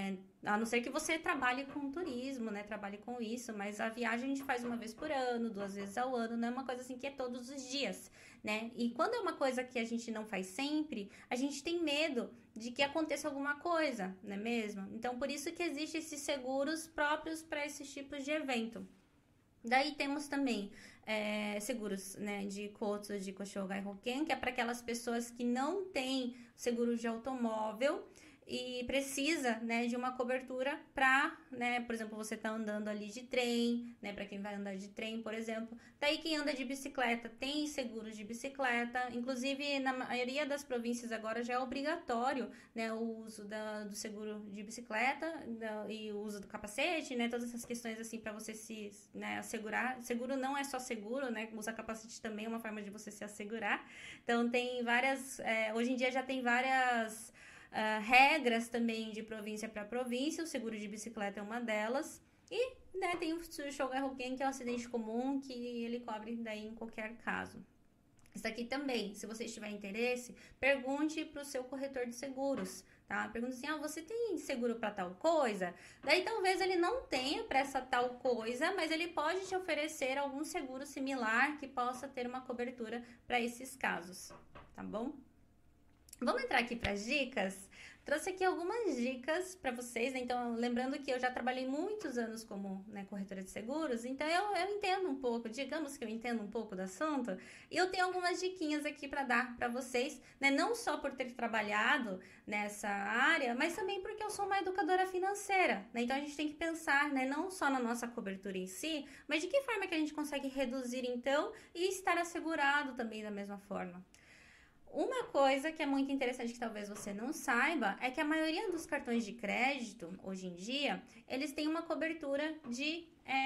A não ser que você trabalhe com turismo, né? Trabalhe com isso, mas a viagem a gente faz uma vez por ano, 2 vezes ao ano, não é uma coisa assim que é todos os dias, né? E quando é uma coisa que a gente não faz sempre, a gente tem medo de que aconteça alguma coisa, não é mesmo? Então, por isso que existem esses seguros próprios para esses tipos de evento. Daí temos também seguros, né, de Kotsu de Koshogai Hoken, que é para aquelas pessoas que não têm seguro de automóvel e precisa, né, de uma cobertura para, né, por exemplo, você tá andando ali de trem, né, para quem vai andar de trem, por exemplo. Daí quem anda de bicicleta tem seguro de bicicleta, inclusive na maioria das províncias agora já é obrigatório, né, o uso do seguro de bicicleta e o uso do capacete, né, todas essas questões assim para você se, né, assegurar. Seguro não é só seguro, né, usar capacete também é uma forma de você se assegurar. Então tem várias, hoje em dia já tem várias regras também de província para província, o seguro de bicicleta é uma delas. E né, tem o Shogai Hoken, que é um acidente comum, que ele cobre daí em qualquer caso. Isso aqui também, se você tiver interesse, pergunte para o seu corretor de seguros, tá? Pergunte assim, você tem seguro para tal coisa? Daí talvez ele não tenha para essa tal coisa, mas ele pode te oferecer algum seguro similar que possa ter uma cobertura para esses casos, tá bom? Vamos entrar aqui para as dicas? Trouxe aqui algumas dicas para vocês, né? Então, lembrando que eu já trabalhei muitos anos como, né, corretora de seguros, então eu entendo um pouco, digamos que eu entendo um pouco do assunto, e eu tenho algumas diquinhas aqui para dar para vocês, né? Não só por ter trabalhado nessa área, mas também porque eu sou uma educadora financeira, né? Então, a gente tem que pensar, né, não só na nossa cobertura em si, mas de que forma que a gente consegue reduzir, então, e estar assegurado também da mesma forma. Uma coisa que é muito interessante que talvez você não saiba é que a maioria dos cartões de crédito, hoje em dia, eles têm uma cobertura de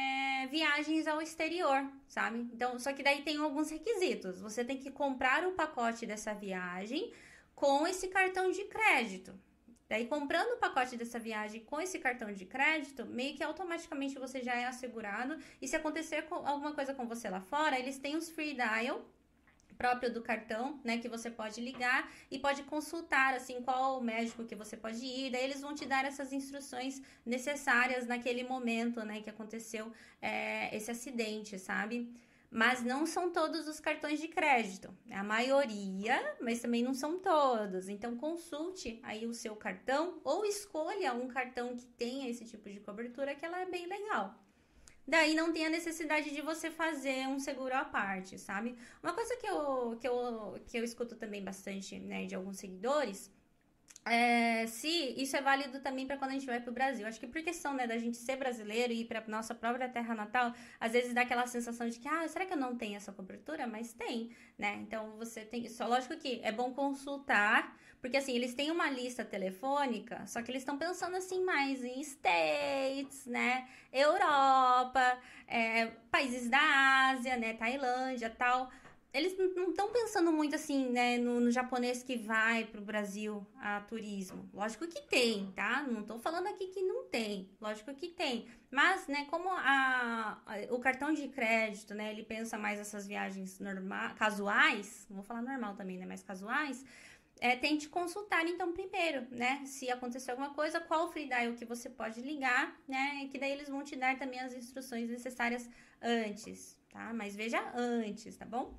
viagens ao exterior, sabe? Então, só que daí tem alguns requisitos. Você tem que comprar o pacote dessa viagem com esse cartão de crédito. Daí, comprando o pacote dessa viagem com esse cartão de crédito, meio que automaticamente você já é assegurado. E se acontecer alguma coisa com você lá fora, eles têm os free dial próprio do cartão, né, que você pode ligar e pode consultar, assim, qual o médico que você pode ir, daí eles vão te dar essas instruções necessárias naquele momento, né, que aconteceu esse acidente, sabe? Mas não são todos os cartões de crédito, a maioria, mas também não são todos, então consulte aí o seu cartão ou escolha um cartão que tenha esse tipo de cobertura que ela é bem legal. Daí não tem a necessidade de você fazer um seguro à parte, sabe? Uma coisa que eu escuto também bastante, né, de alguns seguidores se isso é válido também para quando a gente vai para o Brasil. Acho que por questão, né, da gente ser brasileiro e ir para nossa própria terra natal, às vezes dá aquela sensação de que, será que eu não tenho essa cobertura? Mas tem, né? Então você tem. Só lógico que é bom consultar, porque assim, eles têm uma lista telefônica, só que eles estão pensando assim mais em States, né? Europa, países da Ásia, né? Tailândia, tal. Eles não estão pensando muito assim, né, no japonês que vai pro Brasil a turismo. Lógico que tem, tá? Não tô falando aqui que não tem. Lógico que tem. Mas, né, como o cartão de crédito, né, ele pensa mais essas viagens casuais, não vou falar normal também, né, mas casuais, tente consultar então primeiro, né, se acontecer alguma coisa, qual o free dial que você pode ligar, né, que daí eles vão te dar também as instruções necessárias antes, tá? Mas veja antes, tá bom?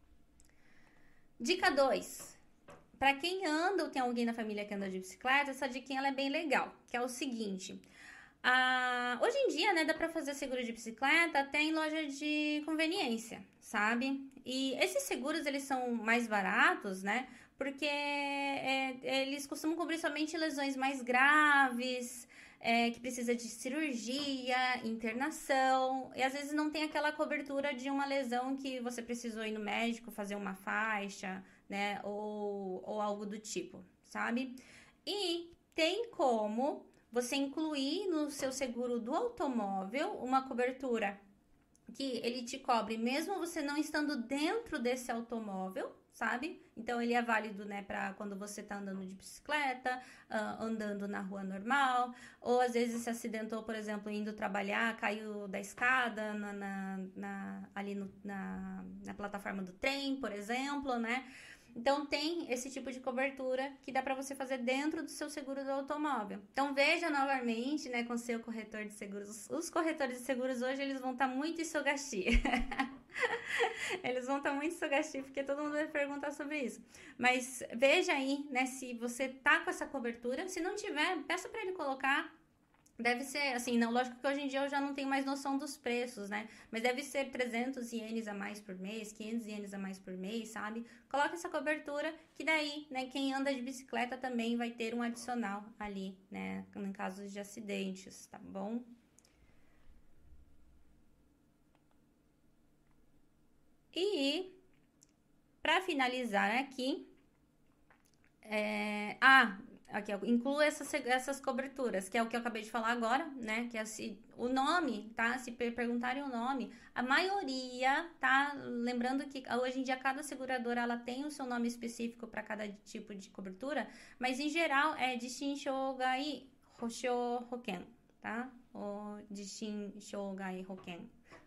Dica 2. Para quem anda ou tem alguém na família que anda de bicicleta, essa dica ela é bem legal, que é o seguinte. Hoje em dia, né, dá para fazer seguro de bicicleta até em loja de conveniência, sabe? E esses seguros, eles são mais baratos, né? Porque eles costumam cobrir somente lesões mais graves, que precisa de cirurgia, internação, e às vezes não tem aquela cobertura de uma lesão que você precisou ir no médico fazer uma faixa, né, ou algo do tipo, sabe? E tem como você incluir no seu seguro do automóvel uma cobertura que ele te cobre mesmo você não estando dentro desse automóvel, sabe? Então ele é válido, né, para quando você tá andando de bicicleta, andando na rua normal, ou às vezes se acidentou, por exemplo, indo trabalhar, caiu da escada ali na plataforma do trem, por exemplo, né? Então tem esse tipo de cobertura que dá para você fazer dentro do seu seguro do automóvel. Então veja novamente, né, com o seu corretor de seguros. Os corretores de seguros hoje eles vão estar muito isogasti. Eles vão estar muito isogasti porque todo mundo vai perguntar sobre isso. Mas veja aí, né, se você tá com essa cobertura. Se não tiver, peça para ele colocar. Deve ser, assim, não, lógico que hoje em dia eu já não tenho mais noção dos preços, né? Mas deve ser 300 ienes a mais por mês, 500 ienes a mais por mês, sabe? Coloca essa cobertura, que daí, né, quem anda de bicicleta também vai ter um adicional ali, né? Em casos de acidentes, tá bom? E, para finalizar aqui, aqui, inclua essas coberturas, que é o que eu acabei de falar agora, né? Que é o nome, tá? Se perguntarem o nome, a maioria, tá? Lembrando que hoje em dia cada seguradora ela tem o seu nome específico para cada tipo de cobertura, mas em geral é Dishin Shogai Hoshou Hoken, tá? Ou Dishin Shogai Hoken.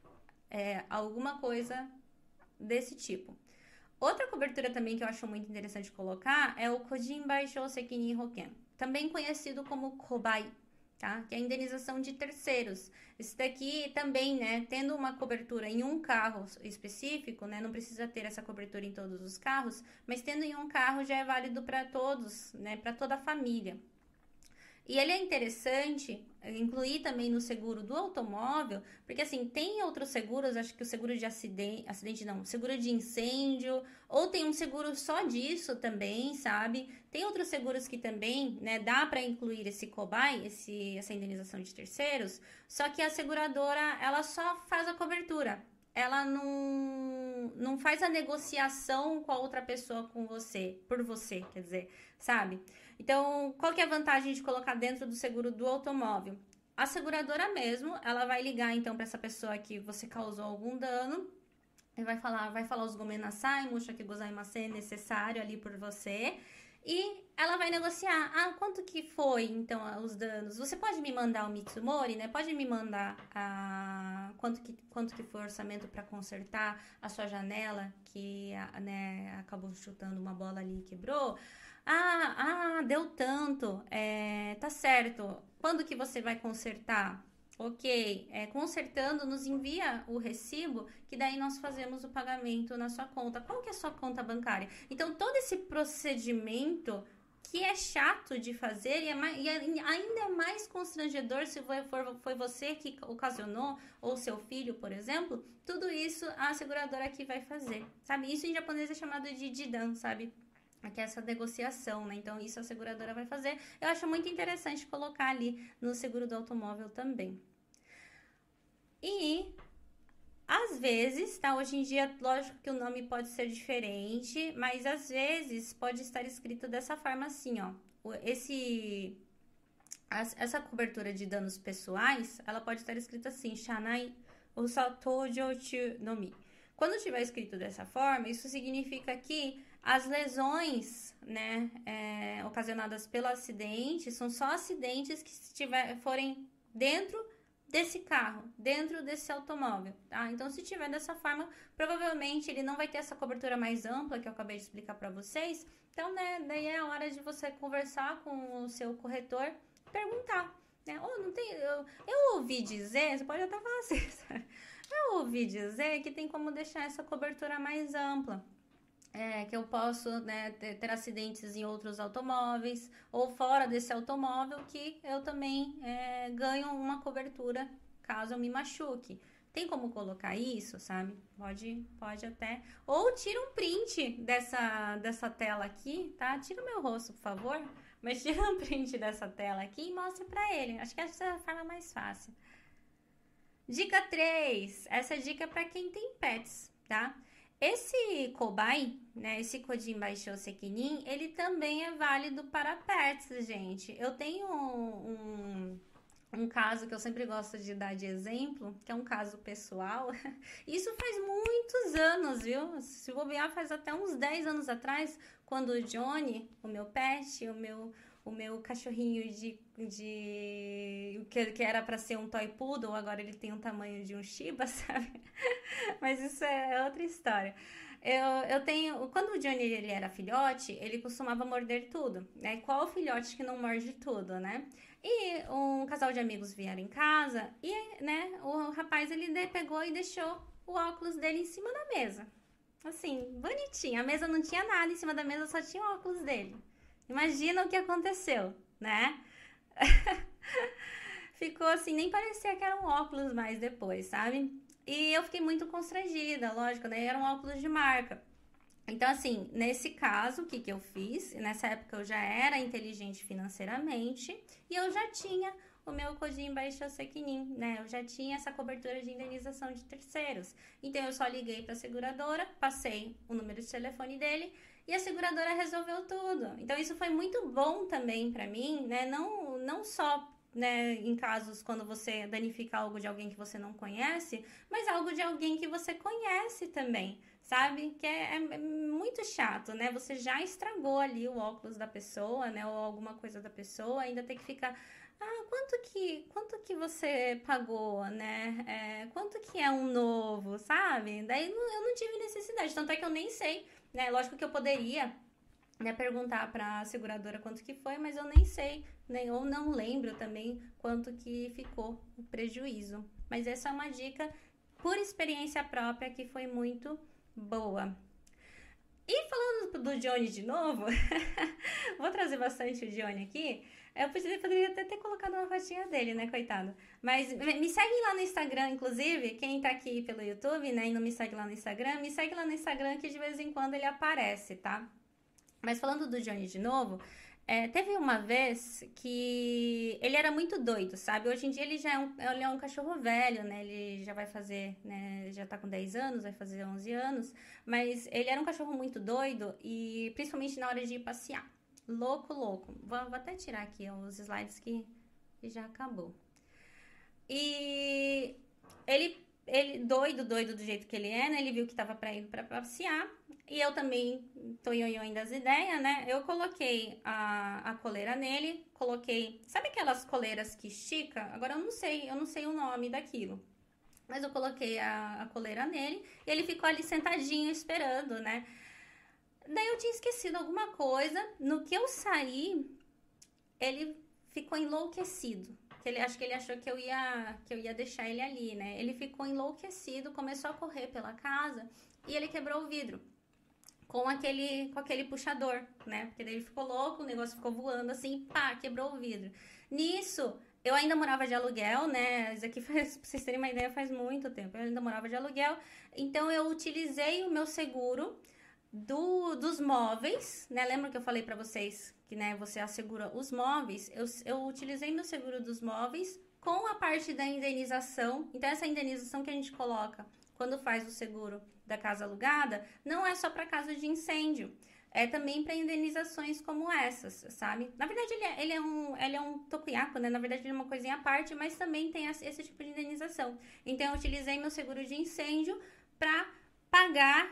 Alguma coisa desse tipo. Outra cobertura também que eu acho muito interessante colocar é o Kojin Baishou Sekinin Hoken, também conhecido como Kobai, tá? Que é a indenização de terceiros. Esse daqui também, né, tendo uma cobertura em um carro específico, né, não precisa ter essa cobertura em todos os carros, mas tendo em um carro já é válido para todos, né, para toda a família. E ele é interessante incluir também no seguro do automóvel, porque assim, tem outros seguros, acho que o seguro de acidente não, seguro de incêndio, ou tem um seguro só disso também, sabe? Tem outros seguros que também, né, dá para incluir esse cobai, essa indenização de terceiros, só que a seguradora, ela só faz a cobertura. Ela não faz a negociação com a outra pessoa por você, quer dizer, sabe? Então, qual que é a vantagem de colocar dentro do seguro do automóvel? A seguradora mesmo, ela vai ligar então para essa pessoa que você causou algum dano e vai falar os gomenasai, musha que gozaimasu é necessário ali por você. E ela vai negociar. Quanto que foi, então, os danos? Você pode me mandar o Mitsumori, né? Pode me mandar quanto que foi o orçamento para consertar a sua janela, que, né, acabou chutando uma bola ali e quebrou? Deu tanto. Tá certo. Quando que você vai consertar? Ok, consertando, nos envia o recibo, que daí nós fazemos o pagamento na sua conta. Qual que é a sua conta bancária? Então, todo esse procedimento que é chato de fazer e ainda é mais constrangedor se foi você que ocasionou, ou seu filho, por exemplo, tudo isso a seguradora aqui vai fazer, sabe? Isso em japonês é chamado de jidan, sabe? que é essa negociação, né? Então, isso a seguradora vai fazer. Eu acho muito interessante colocar ali no seguro do automóvel também. E às vezes, tá? Hoje em dia, lógico que o nome pode ser diferente, mas às vezes pode estar escrito dessa forma assim, ó. Essa cobertura de danos pessoais, ela pode estar escrita assim, Shanai Usatojochu no Mi. Quando tiver escrito dessa forma, isso significa que as lesões, né, ocasionadas pelo acidente, são só acidentes que forem dentro desse carro, dentro desse automóvel, tá? Então, se tiver dessa forma, provavelmente ele não vai ter essa cobertura mais ampla que eu acabei de explicar para vocês. Então, né, daí é a hora de você conversar com o seu corretor, perguntar, né? Não tem, eu ouvi dizer, você pode até falar assim, eu ouvi dizer que tem como deixar essa cobertura mais ampla. Que eu posso, né, ter acidentes em outros automóveis ou fora desse automóvel que eu também ganho uma cobertura caso eu me machuque. Tem como colocar isso, sabe? Pode até. Ou tira um print dessa tela aqui, tá? Tira o meu rosto, por favor. Mas tira um print dessa tela aqui e mostra pra ele. Acho que essa é a forma mais fácil. Dica 3. Essa dica é pra quem tem pets, tá? Esse Kobai, né, esse Kojin Baishou Sekinin, ele também é válido para pets, gente. Eu tenho um caso que eu sempre gosto de dar de exemplo, que é um caso pessoal. Isso faz muitos anos, viu? Se bobear, faz até uns 10 anos atrás, quando o Johnny, o meu pet, o meu cachorrinho que era para ser um toy poodle, agora ele tem o tamanho de um Shiba, sabe? Mas isso é outra história. Quando o Johnny ele era filhote, ele costumava morder tudo, né? Qual filhote que não morde tudo, né? E um casal de amigos vieram em casa e, né, o rapaz ele pegou e deixou o óculos dele em cima da mesa. Assim, bonitinho. A mesa não tinha nada, em cima da mesa só tinha o óculos dele. Imagina o que aconteceu, né? Ficou assim, nem parecia que era um óculos mais depois, sabe? E eu fiquei muito constrangida, lógico, né? Era um óculos de marca. Então, assim, nesse caso, o que eu fiz? Nessa época eu já era inteligente financeiramente e eu já tinha o meu Kojin Baishou Sekinin, né? Eu já tinha essa cobertura de indenização de terceiros. Então, eu só liguei para a seguradora, passei o número de telefone dele e a seguradora resolveu tudo. Então, isso foi muito bom também para mim, né? Não só, né, em casos quando você danifica algo de alguém que você não conhece, mas algo de alguém que você conhece também, sabe? Que é muito chato, né? Você já estragou ali o óculos da pessoa, né? Ou alguma coisa da pessoa, ainda tem que ficar... quanto que você pagou, né? Quanto que é um novo, sabe? Daí eu não tive necessidade, tanto é que eu nem sei, né? Lógico que eu poderia, né, perguntar para a seguradora quanto que foi, mas eu nem sei, né? Ou não lembro também quanto que ficou o prejuízo. Mas essa é uma dica por experiência própria que foi muito boa. E falando do Johnny de novo, vou trazer bastante o Johnny aqui. Eu poderia até ter colocado uma fotinha dele, né, coitado. Mas me segue lá no Instagram, inclusive, quem tá aqui pelo YouTube, né, e não me segue lá no Instagram, me segue lá no Instagram que de vez em quando ele aparece, tá? Mas falando do Johnny de novo, teve uma vez que ele era muito doido, sabe? Hoje em dia ele é um cachorro velho, né? Ele já vai fazer, né? Já tá com 10 anos, vai fazer 11 anos. Mas ele era um cachorro muito doido e principalmente na hora de ir passear. Louco, louco. Vou até tirar aqui os slides que já acabou. E ele doido do jeito que ele é, né? Ele viu que tava pra ir pra passear. E eu também tô ionhon das ideias, né? Eu coloquei a coleira nele, sabe aquelas coleiras que estica? Agora eu não sei o nome daquilo. Mas eu coloquei a coleira nele e ele ficou ali sentadinho esperando, né? Daí eu tinha esquecido alguma coisa. No que eu saí, ele ficou enlouquecido. Acho que ele achou que eu ia deixar ele ali, né? Ele ficou enlouquecido, começou a correr pela casa e ele quebrou o vidro com aquele puxador, né? Porque daí ele ficou louco, o negócio ficou voando assim, pá, quebrou o vidro. Nisso, eu ainda morava de aluguel, né? Isso aqui, pra vocês terem uma ideia, faz muito tempo. Eu ainda morava de aluguel. Então, eu utilizei o meu seguro dos móveis, né? Lembra que eu falei para vocês que, né, você assegura os móveis? Eu utilizei meu seguro dos móveis com a parte da indenização. Então, essa indenização que a gente coloca quando faz o seguro da casa alugada, não é só para caso de incêndio. É também para indenizações como essas, sabe? Na verdade, ele é um tokuyaku, né? Na verdade, ele é uma coisinha à parte, mas também tem esse tipo de indenização. Então, eu utilizei meu seguro de incêndio para pagar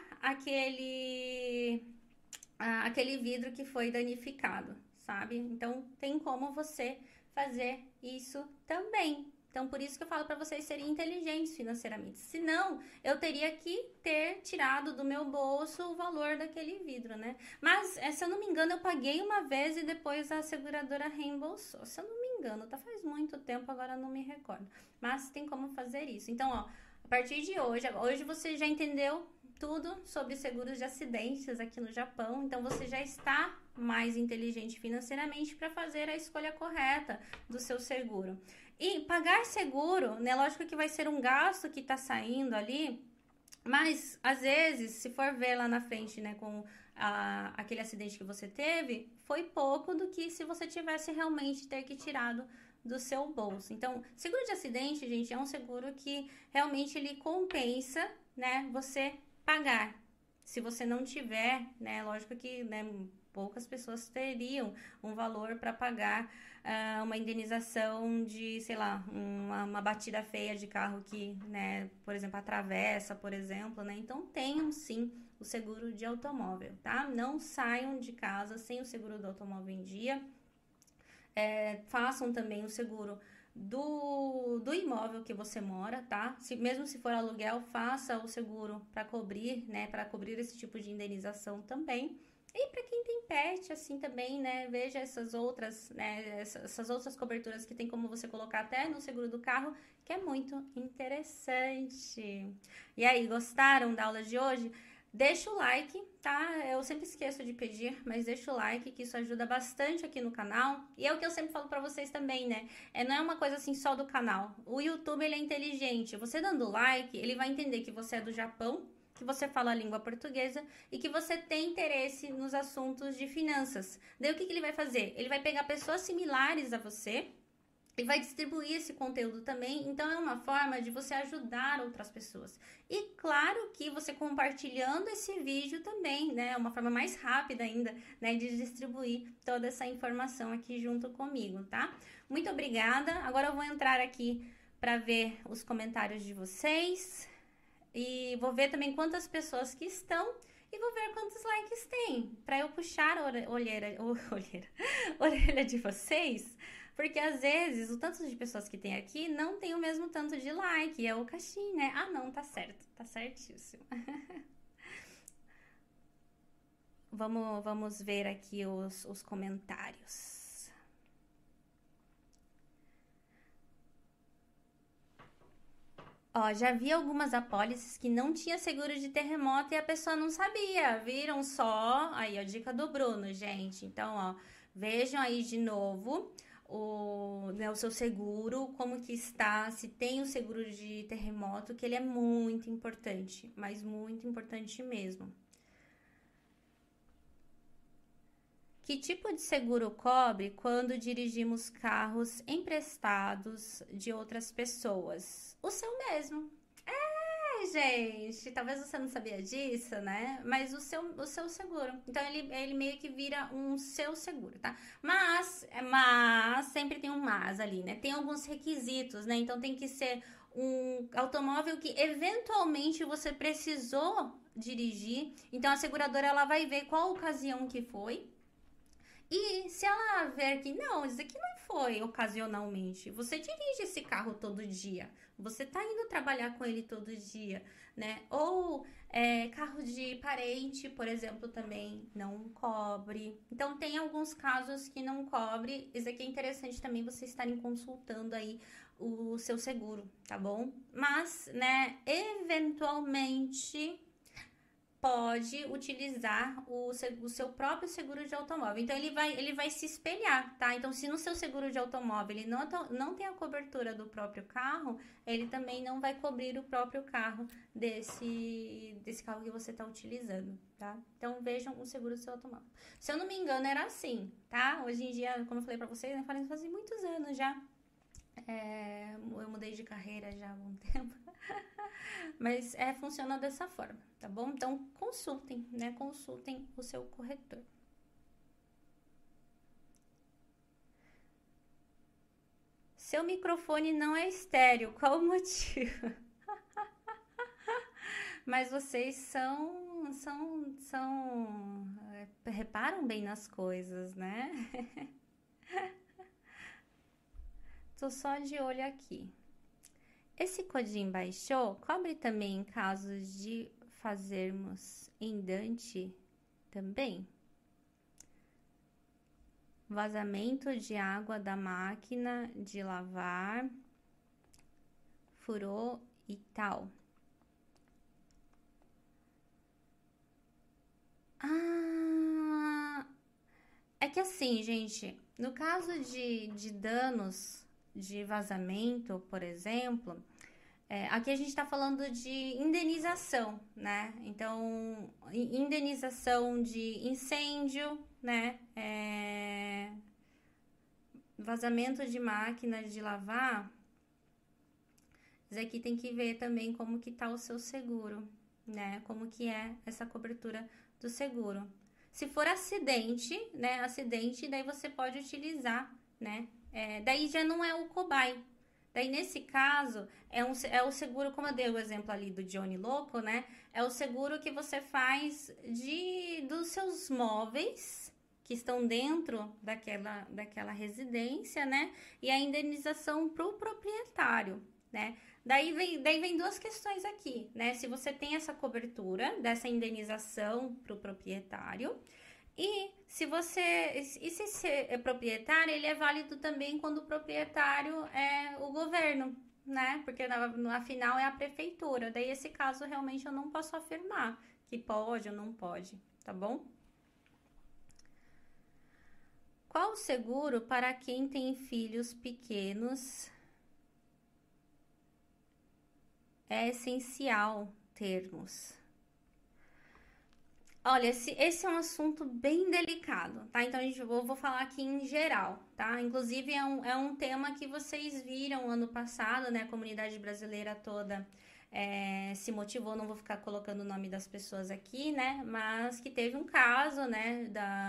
aquele vidro que foi danificado, sabe? Então, tem como você fazer isso também. Então, por isso que eu falo para vocês serem inteligentes financeiramente. Senão, eu teria que ter tirado do meu bolso o valor daquele vidro, né? Mas, se eu não me engano, eu paguei uma vez e depois a seguradora reembolsou. Se eu não me engano, tá faz muito tempo, agora eu não me recordo. Mas tem como fazer isso. Então, ó, a partir de hoje você já entendeu tudo sobre seguros de acidentes aqui no Japão. Então, você já está mais inteligente financeiramente para fazer a escolha correta do seu seguro. E pagar seguro, né? Lógico que vai ser um gasto que tá saindo ali, mas às vezes, se for ver lá na frente, né, com aquele acidente que você teve, foi pouco do que se você tivesse realmente ter que tirado do seu bolso. Então, seguro de acidente, gente, é um seguro que realmente ele compensa, né, você pagar. Se você não tiver, né, lógico que, né, poucas pessoas teriam um valor para pagar uma indenização de, sei lá, uma batida feia de carro que, né, por exemplo, atravessa, por exemplo, né? Então, tenham sim o seguro de automóvel, tá? Não saiam de casa sem o seguro do automóvel em dia. Façam também o seguro do imóvel que você mora, tá? Mesmo se for aluguel, faça o seguro para cobrir, né? Para cobrir esse tipo de indenização também. E para quem tem pet, assim também, né? Veja essas outras, né? Essas outras coberturas que tem como você colocar até no seguro do carro, que é muito interessante. E aí, gostaram da aula de hoje? Deixa o like, tá? Eu sempre esqueço de pedir, mas deixa o like, que isso ajuda bastante aqui no canal. E é o que eu sempre falo pra vocês também, né? Não é uma coisa assim só do canal. O YouTube, ele é inteligente. Você dando like, ele vai entender que você é do Japão, que você fala a língua portuguesa e que você tem interesse nos assuntos de finanças. Daí o que ele vai fazer? Ele vai pegar pessoas similares a você e vai distribuir esse conteúdo também. Então, é uma forma de você ajudar outras pessoas. E claro que você compartilhando esse vídeo também, né? É uma forma mais rápida ainda, né? De distribuir toda essa informação aqui junto comigo, tá? Muito obrigada. Agora eu vou entrar aqui para ver os comentários de vocês. E vou ver também quantas pessoas que estão e vou ver quantos likes tem, para eu puxar a orelha de vocês, porque às vezes o tanto de pessoas que tem aqui não tem o mesmo tanto de like, é o cachim, né? Ah, não, tá certo, tá certíssimo. Vamos ver aqui os comentários. Ó, já vi algumas apólices que não tinha seguro de terremoto e a pessoa não sabia. Viram só? Aí, a dica do Bruno, gente. Então, ó, vejam aí de novo né, o seu seguro, como que está, se tem o seguro de terremoto, que ele é muito importante, mas muito importante mesmo. Que tipo de seguro cobre quando dirigimos carros emprestados de outras pessoas? O seu mesmo. Gente, talvez você não sabia disso, né? Mas o seu seguro. Então, ele meio que vira um seu seguro, tá? Mas, sempre tem um mas ali, né? Tem alguns requisitos, né? Então, tem que ser um automóvel que eventualmente você precisou dirigir. Então, a seguradora, ela vai ver qual ocasião que foi. E se ela ver que não, isso aqui não foi ocasionalmente, você dirige esse carro todo dia, você tá indo trabalhar com ele todo dia, né? Ou carro de parente, por exemplo, também não cobre. Então, tem alguns casos que não cobre. Isso aqui é interessante também vocês estarem consultando aí o seu seguro, tá bom? Mas, né, eventualmente pode utilizar o seu próprio seguro de automóvel. Então, ele vai se espelhar, tá? Então, se no seu seguro de automóvel ele não tem a cobertura do próprio carro, ele também não vai cobrir o próprio carro desse carro que você está utilizando, tá? Então, vejam o seguro do seu automóvel. Se eu não me engano, era assim, tá? Hoje em dia, como eu falei pra vocês, né, faz muitos anos já. Eu mudei de carreira já há algum tempo. Mas funciona dessa forma, tá bom? Então, consultem, né? Consultem o seu corretor. Seu microfone não é estéreo, qual o motivo? Mas vocês reparam bem nas coisas, né? Tô só de olho aqui. Esse Codin baixou cobre também em casos de fazermos em Dante também? Vazamento de água da máquina de lavar, furou e tal. É que assim, gente, no caso de danos de vazamento, por exemplo, aqui a gente está falando de indenização, né? Então, indenização de incêndio, né? Vazamento de máquina de lavar. Isso aqui tem que ver também como que tá o seu seguro, né? Como que é essa cobertura do seguro. Se for acidente, né? Acidente, daí você pode utilizar, né? Daí já não é o cobaia. Daí, nesse caso, é o seguro, como eu dei o exemplo ali do Johnny Louco, né? É o seguro que você faz dos seus móveis que estão dentro daquela residência, né? E a indenização para o proprietário, né? Daí vem duas questões aqui, né? Se você tem essa cobertura dessa indenização para o proprietário. E se se é proprietário, ele é válido também quando o proprietário é o governo, né? Porque afinal é a prefeitura. Daí esse caso realmente eu não posso afirmar que pode ou não pode, tá bom? Qual o seguro para quem tem filhos pequenos? É essencial termos. Olha, esse é um assunto bem delicado, tá? Então, eu vou falar aqui em geral, tá? Inclusive, é um tema que vocês viram ano passado, né? A comunidade brasileira toda se motivou, não vou ficar colocando o nome das pessoas aqui, né? Mas que teve um caso, né?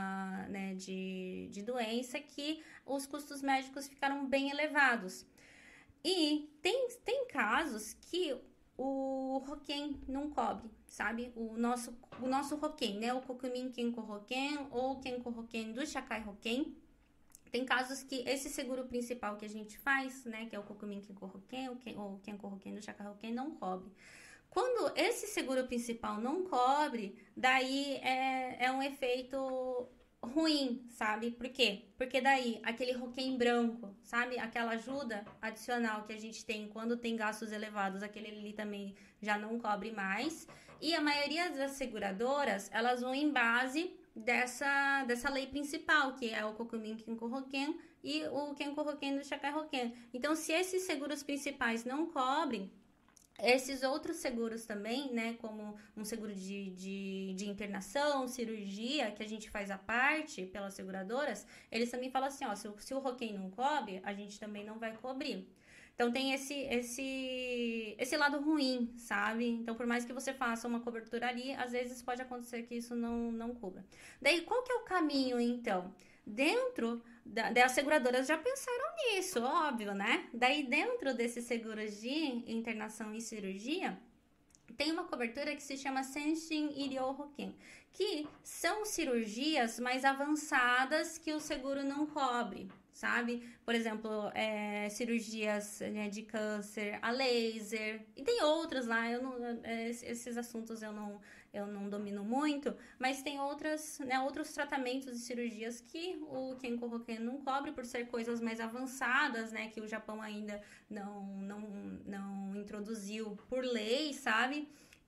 De doença que os custos médicos ficaram bem elevados. E tem casos que o Roken não cobre, sabe? O nosso Roken, né? O Kokumin Kenko Roken ou Kenko Roken do Shakai Roken. Tem casos que esse seguro principal que a gente faz, né? Que é o Kokumin Kenko Roken ou Kenko Roken do Shakai Roken, não cobre. Quando esse seguro principal não cobre, daí é um efeito ruim, sabe? Por quê? Porque daí, aquele roquém branco, sabe? Aquela ajuda adicional que a gente tem quando tem gastos elevados, aquele ali também já não cobre mais. E a maioria das seguradoras, elas vão em base dessa lei principal, que é o Kokumin Kenko Roken e o Kenko Roken do Shakai Roken. Então, se esses seguros principais não cobrem, esses outros seguros também, né, como um seguro de internação, cirurgia, que a gente faz à parte pelas seguradoras, eles também falam assim, ó, se o Roken não cobre, a gente também não vai cobrir. Então, tem esse lado ruim, sabe? Então, por mais que você faça uma cobertura ali, às vezes pode acontecer que isso não cubra. Daí, qual que é o caminho, então? Dentro das seguradoras já pensaram nisso, óbvio, né? Daí, dentro desses seguros de internação e cirurgia, tem uma cobertura que se chama Senshin Irio Roken, que são cirurgias mais avançadas que o seguro não cobre, sabe? Por exemplo, cirurgias, né, de câncer a laser, e tem outras lá, esses assuntos eu não domino muito, mas tem outros tratamentos e cirurgias que o Kenko Roken não cobre por ser coisas mais avançadas, né, que o Japão ainda não introduziu por lei, sabe?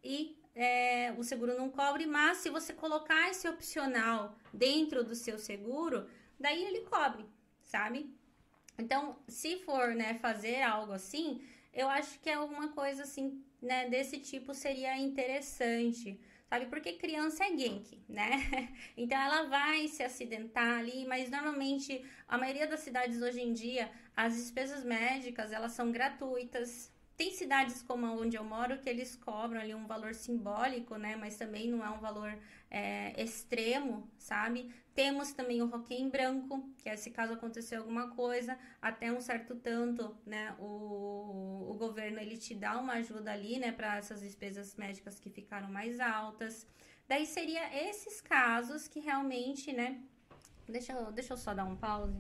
e o seguro não cobre, mas se você colocar esse opcional dentro do seu seguro, daí ele cobre, sabe? Então, se for, né, fazer algo assim, eu acho que alguma coisa assim, né, desse tipo seria interessante, sabe? Porque criança é gank, né? Então ela vai se acidentar ali, mas normalmente a maioria das cidades hoje em dia, as despesas médicas, elas são gratuitas. Tem cidades como onde eu moro que eles cobram ali um valor simbólico, né? Mas também não é um valor extremo, sabe? Temos também o Roquem Branco, que é se caso acontecer alguma coisa, até um certo tanto, né? O governo ele te dá uma ajuda ali, né? Para essas despesas médicas que ficaram mais altas. Daí seria esses casos que realmente, né? Deixa eu só dar um pause.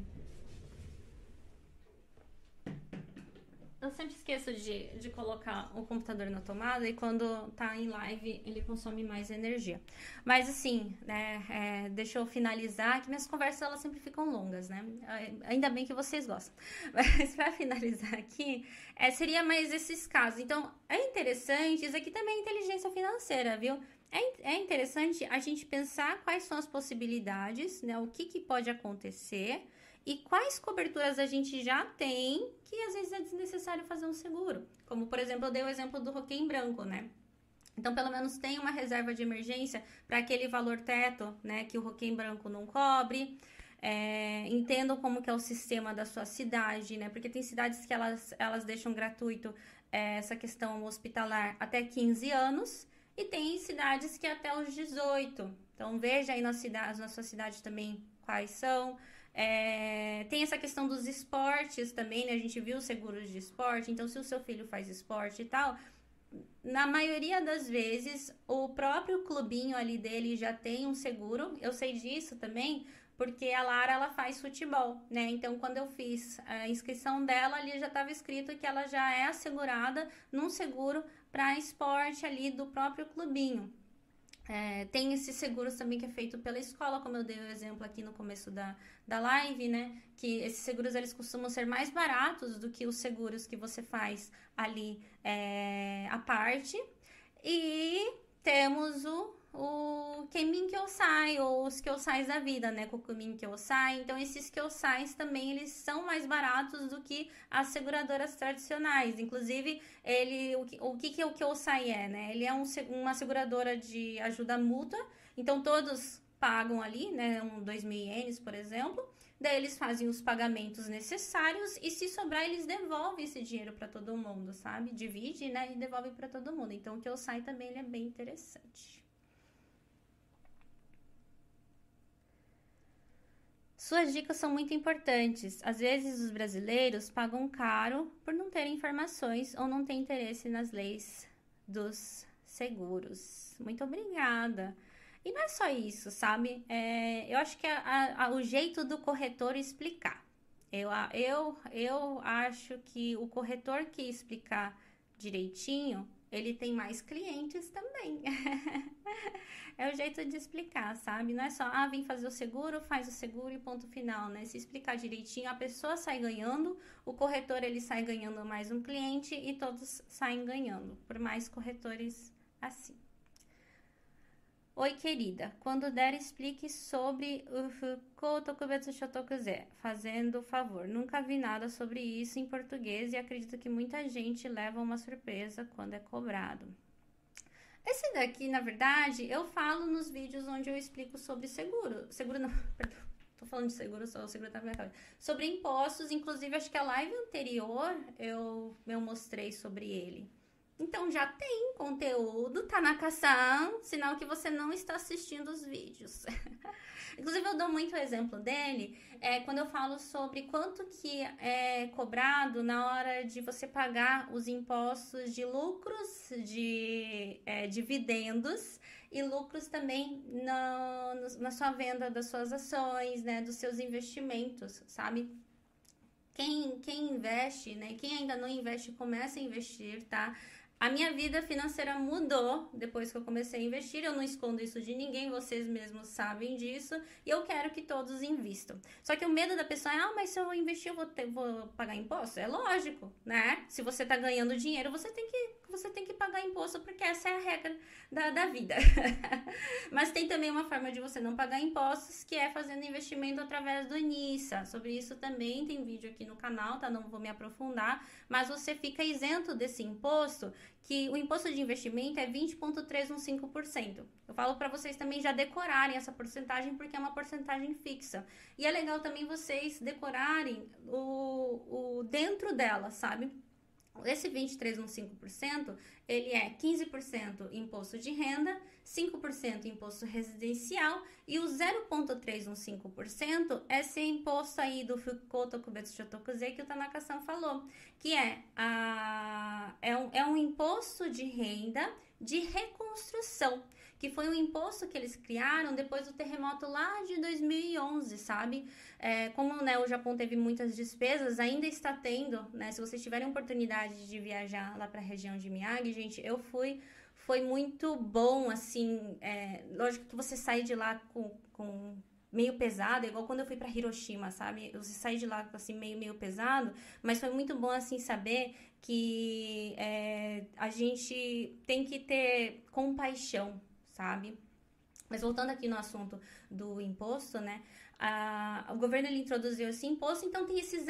Eu sempre esqueço de colocar o computador na tomada e quando tá em live ele consome mais energia. Mas assim, né, deixa eu finalizar, que minhas conversas elas sempre ficam longas, né? Ainda bem que vocês gostam. Mas para finalizar aqui, seria mais esses casos. Então, é interessante, isso aqui também é inteligência financeira, viu? É interessante a gente pensar quais são as possibilidades, né? O que pode acontecer e quais coberturas a gente já tem que às vezes é desnecessário fazer um seguro. Como, por exemplo, eu dei o exemplo do Roquem Branco, né? Então, pelo menos tem uma reserva de emergência para aquele valor teto, né? Que o Roquem Branco não cobre. Entendam como que é o sistema da sua cidade, né? Porque tem cidades que elas deixam gratuito essa questão hospitalar até 15 anos. E tem cidades que até os 18. Então, veja aí na sua cidade também quais são. Tem essa questão dos esportes também, né? A gente viu seguros de esporte. Então, se o seu filho faz esporte e tal, na maioria das vezes, o próprio clubinho ali dele já tem um seguro. Eu sei disso também, porque a Lara, ela faz futebol, né? Então, quando eu fiz a inscrição dela, ali já estava escrito que ela já é assegurada num seguro para esporte ali do próprio clubinho. Tem esses seguros também que é feito pela escola, como eu dei o exemplo aqui no começo da live, né? Que esses seguros, eles costumam ser mais baratos do que os seguros que você faz ali à parte. E temos o Kenmin Kyosai, ou os Kyosais da vida, né? Kokumin Kyosai. Então, esses Kyosais também, eles são mais baratos do que as seguradoras tradicionais. Inclusive, o que o Kyosai né? Ele é uma seguradora de ajuda mútua. Então, todos pagam ali, né? 2.000 ienes, por exemplo. Daí, eles fazem os pagamentos necessários e, se sobrar, eles devolvem esse dinheiro para todo mundo, sabe? Divide, né? E devolve para todo mundo. Então, o Kyosai também ele é bem interessante. Suas dicas são muito importantes. Às vezes os brasileiros pagam caro por não terem informações ou não ter interesse nas leis dos seguros. Muito obrigada. E não é só isso, sabe? Eu acho que o jeito do corretor explicar. Eu acho que o corretor que explicar direitinho, ele tem mais clientes também. É o jeito de explicar, sabe? Não é só, vem fazer o seguro, faz o seguro e ponto final, né? Se explicar direitinho, a pessoa sai ganhando, o corretor, ele sai ganhando mais um cliente e todos saem ganhando, por mais corretores assim. Oi, querida. Quando der, explique sobre o Fukotokubetsu Shotokuze, fazendo favor. Nunca vi nada sobre isso em português e acredito que muita gente leva uma surpresa quando é cobrado. Esse daqui, na verdade, eu falo nos vídeos onde eu explico sobre seguro. Seguro não, perdão. Tô falando de seguro, só o seguro tá na minha cabeça. Sobre impostos, inclusive, acho que a live anterior eu mostrei sobre ele. Então, já tem conteúdo, Tanaka-san, sinal que você não está assistindo os vídeos. Inclusive, eu dou muito exemplo dele quando eu falo sobre quanto que é cobrado na hora de você pagar os impostos de lucros, de dividendos e lucros também na sua venda das suas ações, né, dos seus investimentos, sabe? Quem investe, né, quem ainda não investe, começa a investir, tá? A minha vida financeira mudou depois que eu comecei a investir. Eu não escondo isso de ninguém, vocês mesmos sabem disso. E eu quero que todos invistam. Só que o medo da pessoa é, mas se eu investir, eu vou pagar imposto? É lógico, né? Se você tá ganhando dinheiro, você tem que você tem que pagar imposto, porque essa é a regra da vida. Mas tem também uma forma de você não pagar impostos, que é fazendo investimento através do NISA. Sobre isso também tem vídeo aqui no canal, tá? Não vou me aprofundar, mas você fica isento desse imposto, que o imposto de investimento é 20,315%. Eu falo para vocês também já decorarem essa porcentagem, porque é uma porcentagem fixa. E é legal também vocês decorarem o dentro dela, sabe? Esse 23,15%, ele é 15% imposto de renda, 5% imposto residencial e o 0,315% é esse imposto aí do Fukotokubetu Shotokuze que o Tanaka-san falou, que é um imposto de renda de reconstrução, que foi um imposto que eles criaram depois do terremoto lá de 2011, sabe? Como, né, o Japão teve muitas despesas, ainda está tendo, né? Se vocês tiverem oportunidade de viajar lá para a região de Miyagi, gente, eu fui, foi muito bom, assim, lógico que você sai de lá com meio pesado, igual quando eu fui para Hiroshima, sabe? Você sai de lá assim meio pesado, mas foi muito bom assim saber que a gente tem que ter compaixão, sabe? Mas voltando aqui no assunto do imposto, né? O governo ele introduziu esse imposto, então tem esse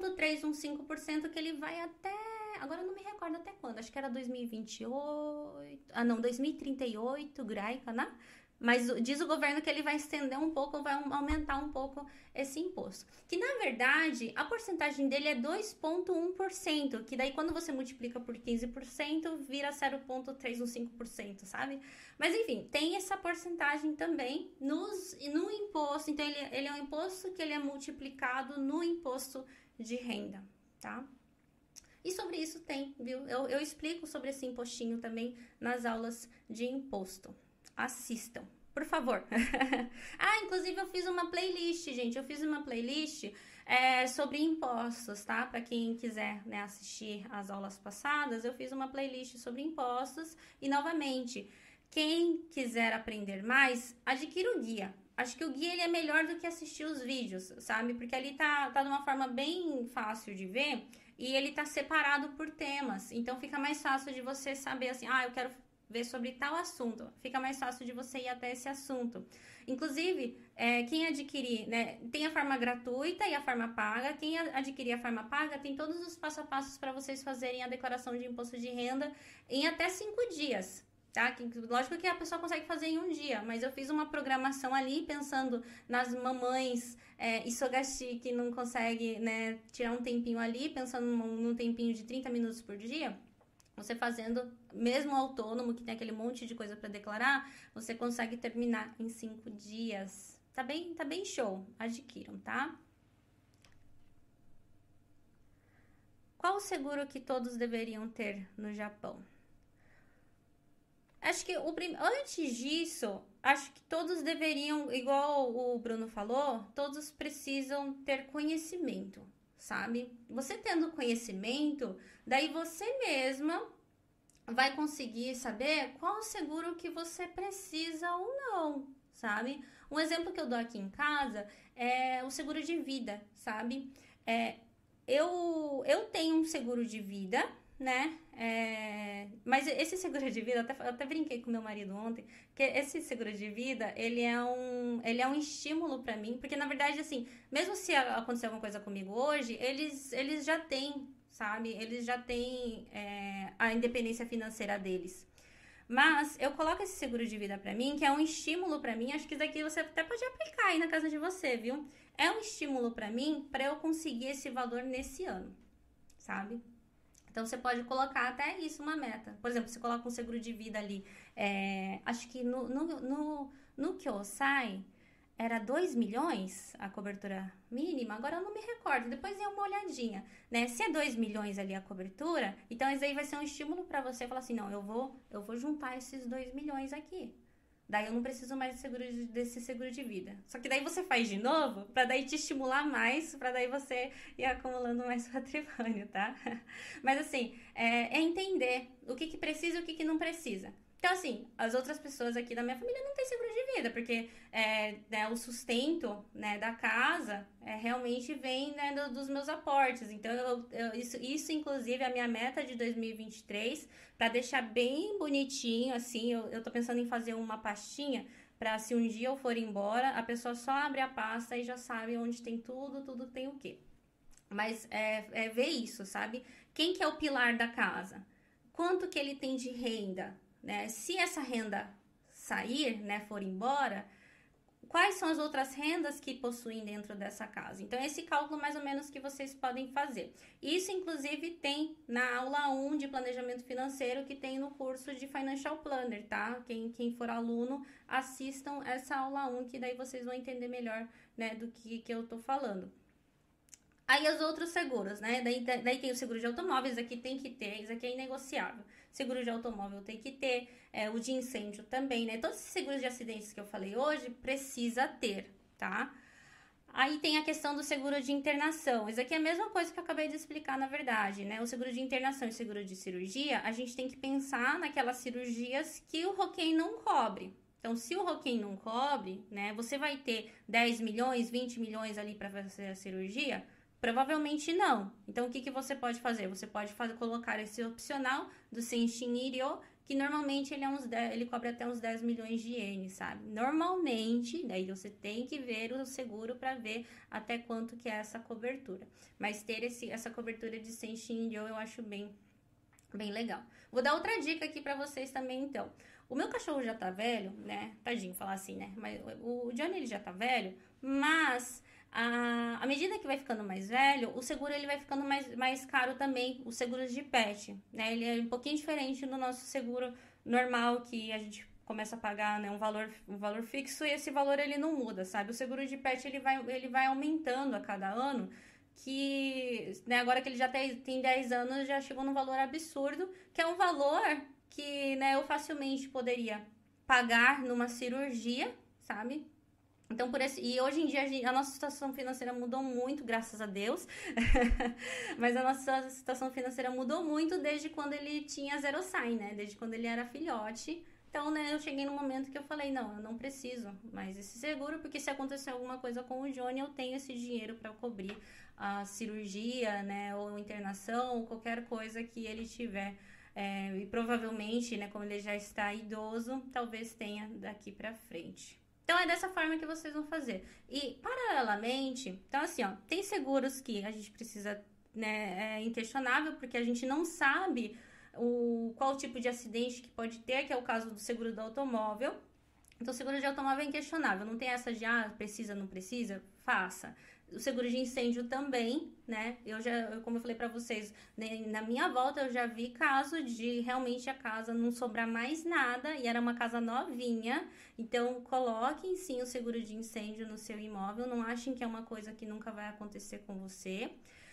0,315% que ele vai até... Agora eu não me recordo até quando, acho que era 2028... Ah, não, 2038, Graika, né? Mas diz o governo que ele vai estender um pouco, vai aumentar um pouco esse imposto. Que, na verdade, a porcentagem dele é 2,1%, que daí quando você multiplica por 15%, vira 0,315%, sabe? Mas, enfim, tem essa porcentagem também no imposto. Então, ele é um imposto que ele é multiplicado no imposto de renda, tá? E sobre isso tem, viu? Eu explico sobre esse impostinho também nas aulas de imposto. Assistam, por favor. Inclusive eu fiz uma playlist, gente. Eu fiz uma playlist sobre impostos, tá? Para quem quiser, né, assistir as aulas passadas, eu fiz uma playlist sobre impostos. E, novamente, quem quiser aprender mais, adquira o guia. Acho que o guia ele é melhor do que assistir os vídeos, sabe? Porque ali tá de uma forma bem fácil de ver e ele tá separado por temas. Então, fica mais fácil de você saber assim, eu quero ver sobre tal assunto, fica mais fácil de você ir até esse assunto. Inclusive, quem adquirir, né, tem a forma gratuita e a forma paga. Quem adquirir a forma paga tem todos os passo a passos para vocês fazerem a declaração de imposto de renda em até 5 dias, tá? Lógico que a pessoa consegue fazer em um dia, mas eu fiz uma programação ali pensando nas mamães isogashi que não consegue, né, tirar um tempinho ali, pensando num tempinho de 30 minutos por dia. Você fazendo, mesmo autônomo, que tem aquele monte de coisa para declarar, você consegue terminar em 5 dias. Tá bem show. Adquiram, tá? Qual o seguro que todos deveriam ter no Japão? Acho que antes disso, acho que todos deveriam, igual o Bruno falou, todos precisam ter conhecimento, sabe? Você tendo conhecimento, daí você mesma vai conseguir saber qual seguro que você precisa ou não, sabe? Um exemplo que eu dou aqui em casa é o seguro de vida, sabe? Eu tenho um seguro de vida, né? Mas esse seguro de vida, eu até brinquei com meu marido ontem, que esse seguro de vida, ele é um estímulo para mim, porque na verdade, assim, mesmo se acontecer alguma coisa comigo hoje, eles já têm, sabe? Eles já têm a independência financeira deles. Mas eu coloco esse seguro de vida pra mim, que é um estímulo pra mim. Acho que isso daqui você até pode aplicar aí na casa de você, viu? É um estímulo pra mim, pra eu conseguir esse valor nesse ano, sabe? Então, você pode colocar até isso, uma meta. Por exemplo, você coloca um seguro de vida ali. Acho que no Kyosai era 2 milhões a cobertura mínima. Agora eu não me recordo. Depois dê uma olhadinha, né? Se é 2 milhões ali a cobertura, então isso aí vai ser um estímulo para você falar assim, não, eu vou juntar esses 2 milhões aqui. Daí eu não preciso mais desse seguro de vida. Só que daí você faz de novo, para daí te estimular mais, para daí você ir acumulando mais patrimônio, tá? Mas assim, é entender o que precisa e o que não precisa. Então, assim, as outras pessoas aqui da minha família não têm seguro de vida, porque né, o sustento, né, da casa realmente vem, né, dos meus aportes. Então, isso, inclusive, é a minha meta de 2023, para deixar bem bonitinho, assim, eu tô pensando em fazer uma pastinha para se um dia eu for embora, a pessoa só abre a pasta e já sabe onde tem tudo tem o quê. Mas ver isso, sabe? Quem que é o pilar da casa? Quanto que ele tem de renda? Né? Se essa renda sair, né, for embora, quais são as outras rendas que possuem dentro dessa casa? Então, esse cálculo mais ou menos que vocês podem fazer. Isso, inclusive, tem na aula 1 de planejamento financeiro que tem no curso de Financial Planner, tá? Quem for aluno, assistam essa aula 1, que daí vocês vão entender melhor, né, do que eu tô falando. Aí os outros seguros, né? Daí tem o seguro de automóveis, aqui tem que ter, isso aqui é inegociável. Seguro de automóvel tem que ter, o de incêndio também, né? Todos esses seguros de acidentes que eu falei hoje, precisa ter, tá? Aí tem a questão do seguro de internação. Isso aqui é a mesma coisa que eu acabei de explicar, na verdade, né? O seguro de internação e o seguro de cirurgia, a gente tem que pensar naquelas cirurgias que o Roquem não cobre. Então, se o Roquem não cobre, né? Você vai ter 10 milhões, 20 milhões ali para fazer a cirurgia? Provavelmente não. Então, o que você pode fazer? Você pode colocar esse opcional do Senshin Iryo, que normalmente ele cobre até uns 10 milhões de ienes, sabe? Normalmente, daí você tem que ver o seguro para ver até quanto que é essa cobertura. Mas ter essa cobertura de Senshin Iryo eu acho bem legal. Vou dar outra dica aqui para vocês também, então. O meu cachorro já tá velho, né? Tadinho, falar assim, né? Mas o Johnny, ele já tá velho, mas à medida que vai ficando mais velho, o seguro ele vai ficando mais caro também, os seguros de pet, né? Ele é um pouquinho diferente do nosso seguro normal, que a gente começa a pagar, né, um valor fixo, e esse valor ele não muda, sabe? O seguro de pet ele vai aumentando a cada ano, que, né, agora que ele já tem 10 anos, já chegou num valor absurdo, que é um valor que, né, eu facilmente poderia pagar numa cirurgia, sabe? Então, e hoje em dia a nossa situação financeira mudou muito, graças a Deus. Mas a nossa situação financeira mudou muito desde quando ele tinha zero sign, né? Desde quando ele era filhote. Então, né, eu cheguei no momento que eu falei, não, eu não preciso mais desse seguro, porque se acontecer alguma coisa com o Johnny, eu tenho esse dinheiro para cobrir a cirurgia, né, ou internação, ou qualquer coisa que ele tiver. E provavelmente, né, como ele já está idoso, talvez tenha daqui para frente. Então, é dessa forma que vocês vão fazer. E, paralelamente, então assim, ó, tem seguros que a gente precisa, né, é inquestionável, porque a gente não sabe qual tipo de acidente que pode ter, que é o caso do seguro do automóvel. Então, o seguro de automóvel é inquestionável. Não tem essa de, precisa, não precisa? Faça. O seguro de incêndio também, né? Como eu falei pra vocês, né, na minha volta eu já vi caso de realmente a casa não sobrar mais nada, e era uma casa novinha. Então, coloquem sim o seguro de incêndio no seu imóvel. Não achem que é uma coisa que nunca vai acontecer com você.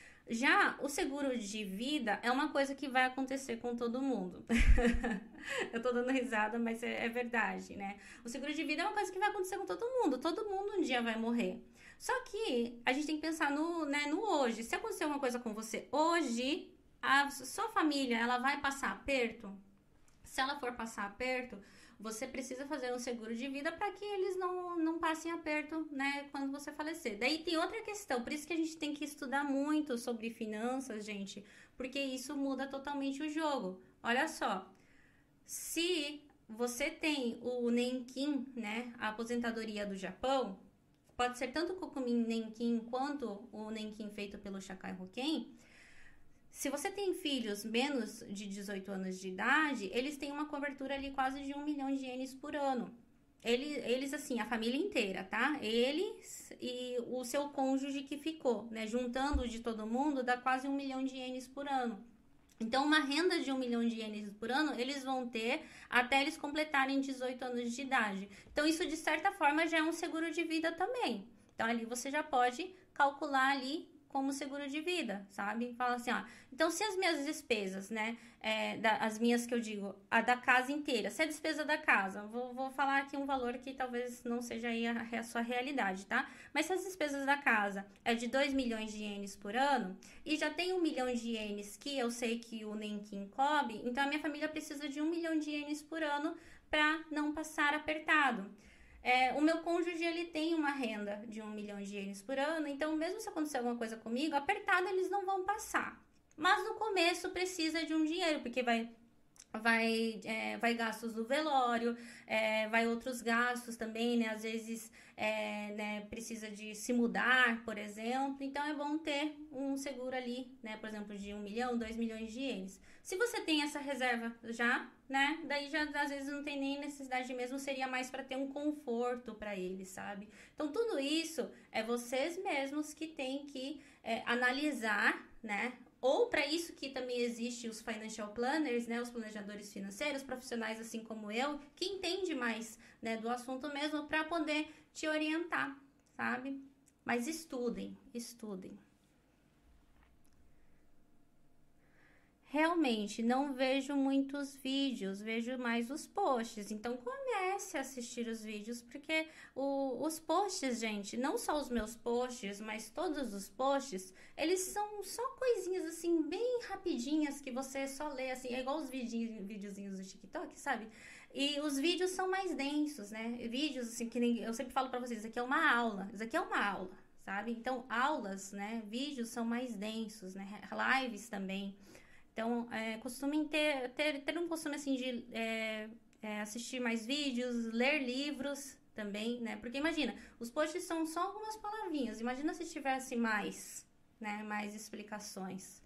Já o seguro de vida é uma coisa que vai acontecer com todo mundo. Eu tô dando risada, mas é verdade, né? O seguro de vida é uma coisa que vai acontecer com todo mundo. Todo mundo um dia vai morrer. Só que a gente tem que pensar no hoje. Se acontecer uma coisa com você hoje, a sua família, ela vai passar aperto? Se ela for passar aperto, você precisa fazer um seguro de vida para que eles não passem aperto, né, quando você falecer. Daí tem outra questão, por isso que a gente tem que estudar muito sobre finanças, gente, porque isso muda totalmente o jogo. Olha só, se você tem o Nenkin, né, a aposentadoria do Japão, pode ser tanto o Kokumin Nenkin quanto o Nenkin feito pelo Shakai Hoken. Se você tem filhos menos de 18 anos de idade, eles têm uma cobertura ali quase de 1 milhão de ienes por ano. Eles, assim, a família inteira, tá? Eles e o seu cônjuge que ficou, né? Juntando de todo mundo, dá quase 1 milhão de ienes por ano. Então, uma renda de 1 milhão de ienes por ano, eles vão ter até eles completarem 18 anos de idade. Então, isso, de certa forma, já é um seguro de vida também. Então, ali você já pode calcular ali como seguro de vida, sabe? Fala assim, ó, então se as minhas despesas, né, as minhas que eu digo, a da casa inteira, se a despesa da casa, vou falar aqui um valor que talvez não seja aí a sua realidade, tá? Mas se as despesas da casa é de 2 milhões de ienes por ano, e já tem 1 milhão de ienes que eu sei que o Nenkin cobre, então a minha família precisa de 1 milhão de ienes por ano para não passar apertado. O meu cônjuge, ele tem uma renda de 1 milhão de ienes por ano, então mesmo se acontecer alguma coisa comigo, apertado eles não vão passar. Mas no começo precisa de um dinheiro, porque vai gastos do velório, vai outros gastos também, né? Às vezes né, precisa de se mudar, por exemplo. Então é bom ter um seguro ali, né? Por exemplo, de 1 milhão, 2 milhões de ienes. Se você tem essa reserva já, né? Daí já às vezes não tem nem necessidade mesmo, seria mais para ter um conforto para ele, sabe? Então tudo isso é vocês mesmos que têm que analisar, né? Ou para isso que também existe os financial planners, né, os planejadores financeiros, profissionais assim como eu, que entende mais, né, do assunto mesmo para poder te orientar, sabe? Mas estudem, estudem. Realmente, não vejo muitos vídeos, vejo mais os posts. Então, comece a assistir os vídeos, porque os posts, gente, não só os meus posts, mas todos os posts, eles são só coisinhas, assim, bem rapidinhas, que você só lê, assim, é igual os videozinhos do TikTok, sabe? E os vídeos são mais densos, né? Vídeos, assim, que nem eu sempre falo pra vocês, isso aqui é uma aula, isso aqui é uma aula, sabe? Então, aulas, né? Vídeos são mais densos, né? Lives também. Então, costumem ter um costume, assim, de assistir mais vídeos, ler livros também, né? Porque imagina, os posts são só algumas palavrinhas. Imagina se tivesse mais, né? Mais explicações.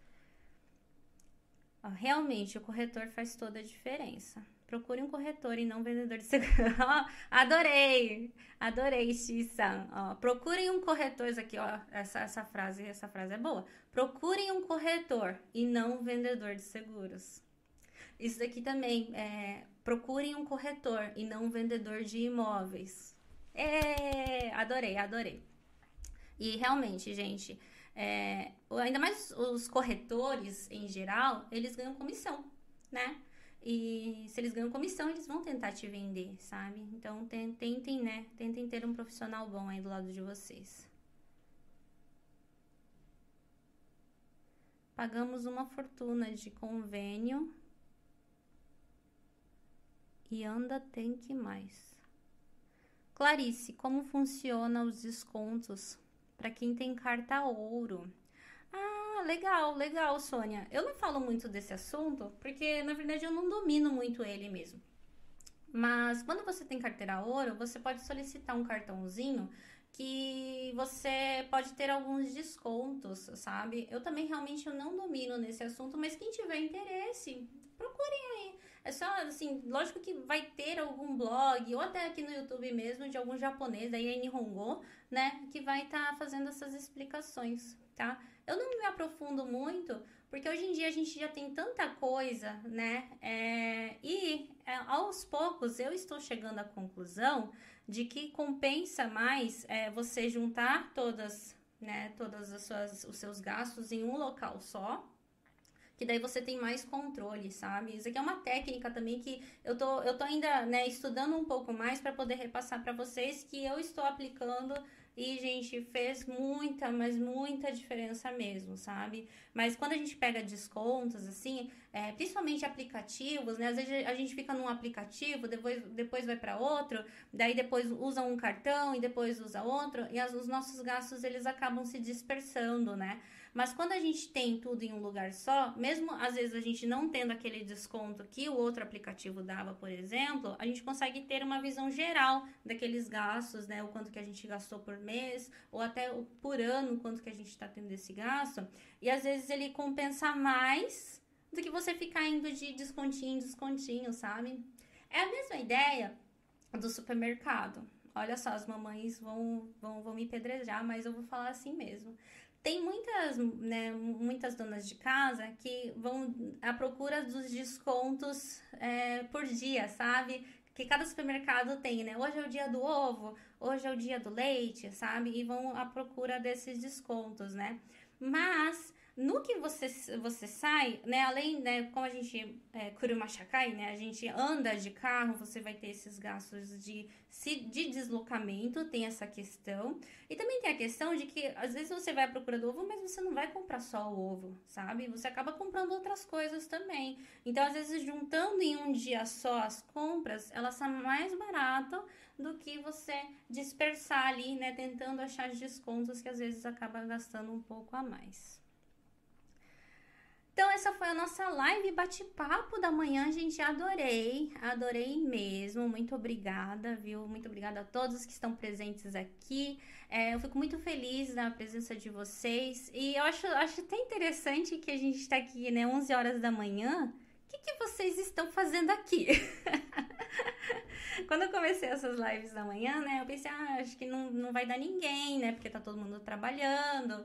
Ó, realmente, o corretor faz toda a diferença. Procure um corretor e não vendedor de seguro. Adorei! Adorei, Xissan. Procurem um corretor. Isso aqui, ó, essa frase é boa. Procurem um corretor e não um vendedor de seguros. Isso daqui também, procurem um corretor e não um vendedor de imóveis. Adorei, adorei. E realmente, gente, ainda mais os corretores em geral, eles ganham comissão, né? E se eles ganham comissão, eles vão tentar te vender, sabe? Então, tentem, né? Tentem ter um profissional bom aí do lado de vocês. Pagamos uma fortuna de convênio e ainda tem que mais. Clarice, como funciona os descontos para quem tem carta ouro? Ah, legal, legal, Sônia. Eu não falo muito desse assunto porque, na verdade, eu não domino muito ele mesmo. Mas quando você tem carteira ouro, você pode solicitar um cartãozinho que você pode ter alguns descontos, sabe? Eu também realmente eu não domino nesse assunto, mas quem tiver interesse, procurem aí. É só, assim, lógico que vai ter algum blog, ou até aqui no YouTube mesmo, de algum japonês, daí é Nihongo, né? Que vai estar fazendo essas explicações, tá? Eu não me aprofundo muito, porque hoje em dia a gente já tem tanta coisa, né? Aos poucos eu estou chegando à conclusão de que compensa mais você juntar todas, né? Os seus gastos em um local só, que daí você tem mais controle, sabe? Isso aqui é uma técnica também que eu tô ainda, né, estudando um pouco mais para poder repassar para vocês, que eu estou aplicando e, gente, fez muita, mas muita diferença mesmo, sabe? Mas quando a gente pega descontos, assim, principalmente aplicativos, né? Às vezes a gente fica num aplicativo, depois vai para outro, daí depois usa um cartão e depois usa outro, e os nossos gastos, eles acabam se dispersando, né? Mas quando a gente tem tudo em um lugar só, mesmo às vezes a gente não tendo aquele desconto que o outro aplicativo dava, por exemplo, a gente consegue ter uma visão geral daqueles gastos, né? O quanto que a gente gastou por mês, ou até por ano, quanto que a gente está tendo esse gasto. E às vezes ele compensa mais do que você ficar indo de descontinho em descontinho, sabe? É a mesma ideia do supermercado. Olha só, as mamães vão me pedrejar, mas eu vou falar assim mesmo. Tem muitas donas de casa que vão à procura dos descontos por dia, sabe? Que cada supermercado tem, né? Hoje é o dia do ovo, hoje é o dia do leite, sabe? E vão à procura desses descontos, né? Mas no que você sai, né, além, né, como a gente, Kurumashakai, né, a gente anda de carro, você vai ter esses gastos de deslocamento, tem essa questão. E também tem a questão de que, às vezes, você vai à procura do ovo, mas você não vai comprar só o ovo, sabe? Você acaba comprando outras coisas também. Então, às vezes, juntando em um dia só as compras, elas são mais baratas do que você dispersar ali, né, tentando achar descontos que às vezes acaba gastando um pouco a mais. Então, essa foi a nossa live bate-papo da manhã, gente. Adorei mesmo. Muito obrigada, viu? Muito obrigada a todos que estão presentes aqui. Eu fico muito feliz na presença de vocês. E eu acho até interessante que a gente está aqui, né, 11 horas da manhã. O que vocês estão fazendo aqui? Quando eu comecei essas lives da manhã, né, eu pensei, acho que não vai dar ninguém, né, porque tá todo mundo trabalhando.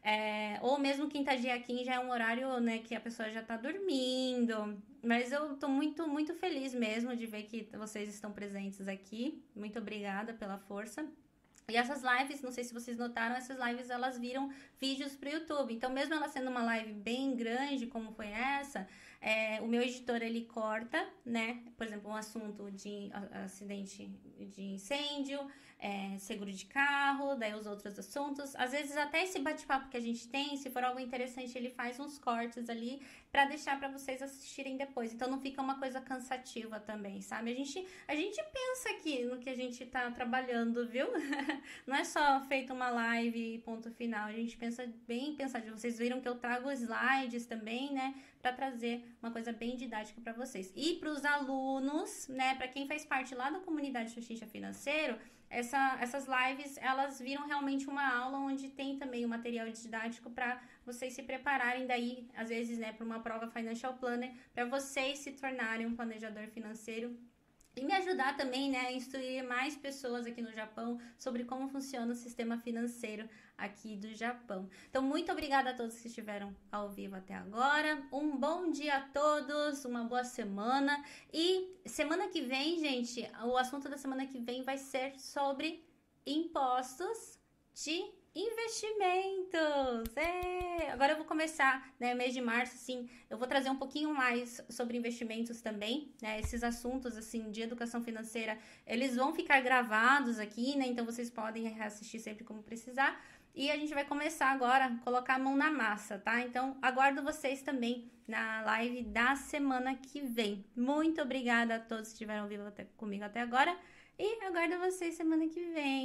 Ou mesmo quinta dia aqui já é um horário, né, que a pessoa já tá dormindo. Mas eu tô muito, muito feliz mesmo de ver que vocês estão presentes aqui. Muito obrigada pela força. E essas lives, não sei se vocês notaram, essas lives elas viram vídeos pro YouTube. Então, mesmo ela sendo uma live bem grande, como foi essa, o meu editor, ele corta, né? Por exemplo, um assunto de acidente de incêndio, seguro de carro, daí os outros assuntos. Às vezes, até esse bate-papo que a gente tem, se for algo interessante, ele faz uns cortes ali para deixar para vocês assistirem depois. Então, não fica uma coisa cansativa também, sabe? A gente pensa aqui no que a gente tá trabalhando, viu? Não é só feito uma live e ponto final. A gente pensa bem pensativo. Vocês viram que eu trago slides também, né? Para trazer uma coisa bem didática para vocês. E para os alunos, né? Para quem faz parte lá da comunidade Xoxincha Financeiro, essas lives, elas viram realmente uma aula onde tem também o material didático para vocês se prepararem daí, às vezes, né, para uma prova Financial Planner, para vocês se tornarem um planejador financeiro. E me ajudar também, né, a instruir mais pessoas aqui no Japão sobre como funciona o sistema financeiro aqui do Japão. Então, muito obrigada a todos que estiveram ao vivo até agora. Um bom dia a todos, uma boa semana. E semana que vem, gente, o assunto da semana que vem vai ser sobre impostos de investimentos. Agora eu vou começar, né, mês de março, assim, eu vou trazer um pouquinho mais sobre investimentos também, né, esses assuntos, assim, de educação financeira, eles vão ficar gravados aqui, né, então vocês podem reassistir sempre como precisar, e a gente vai começar agora a colocar a mão na massa, tá? Então, aguardo vocês também na live da semana que vem. Muito obrigada a todos que estiveram ao vivo comigo até agora, e aguardo vocês semana que vem.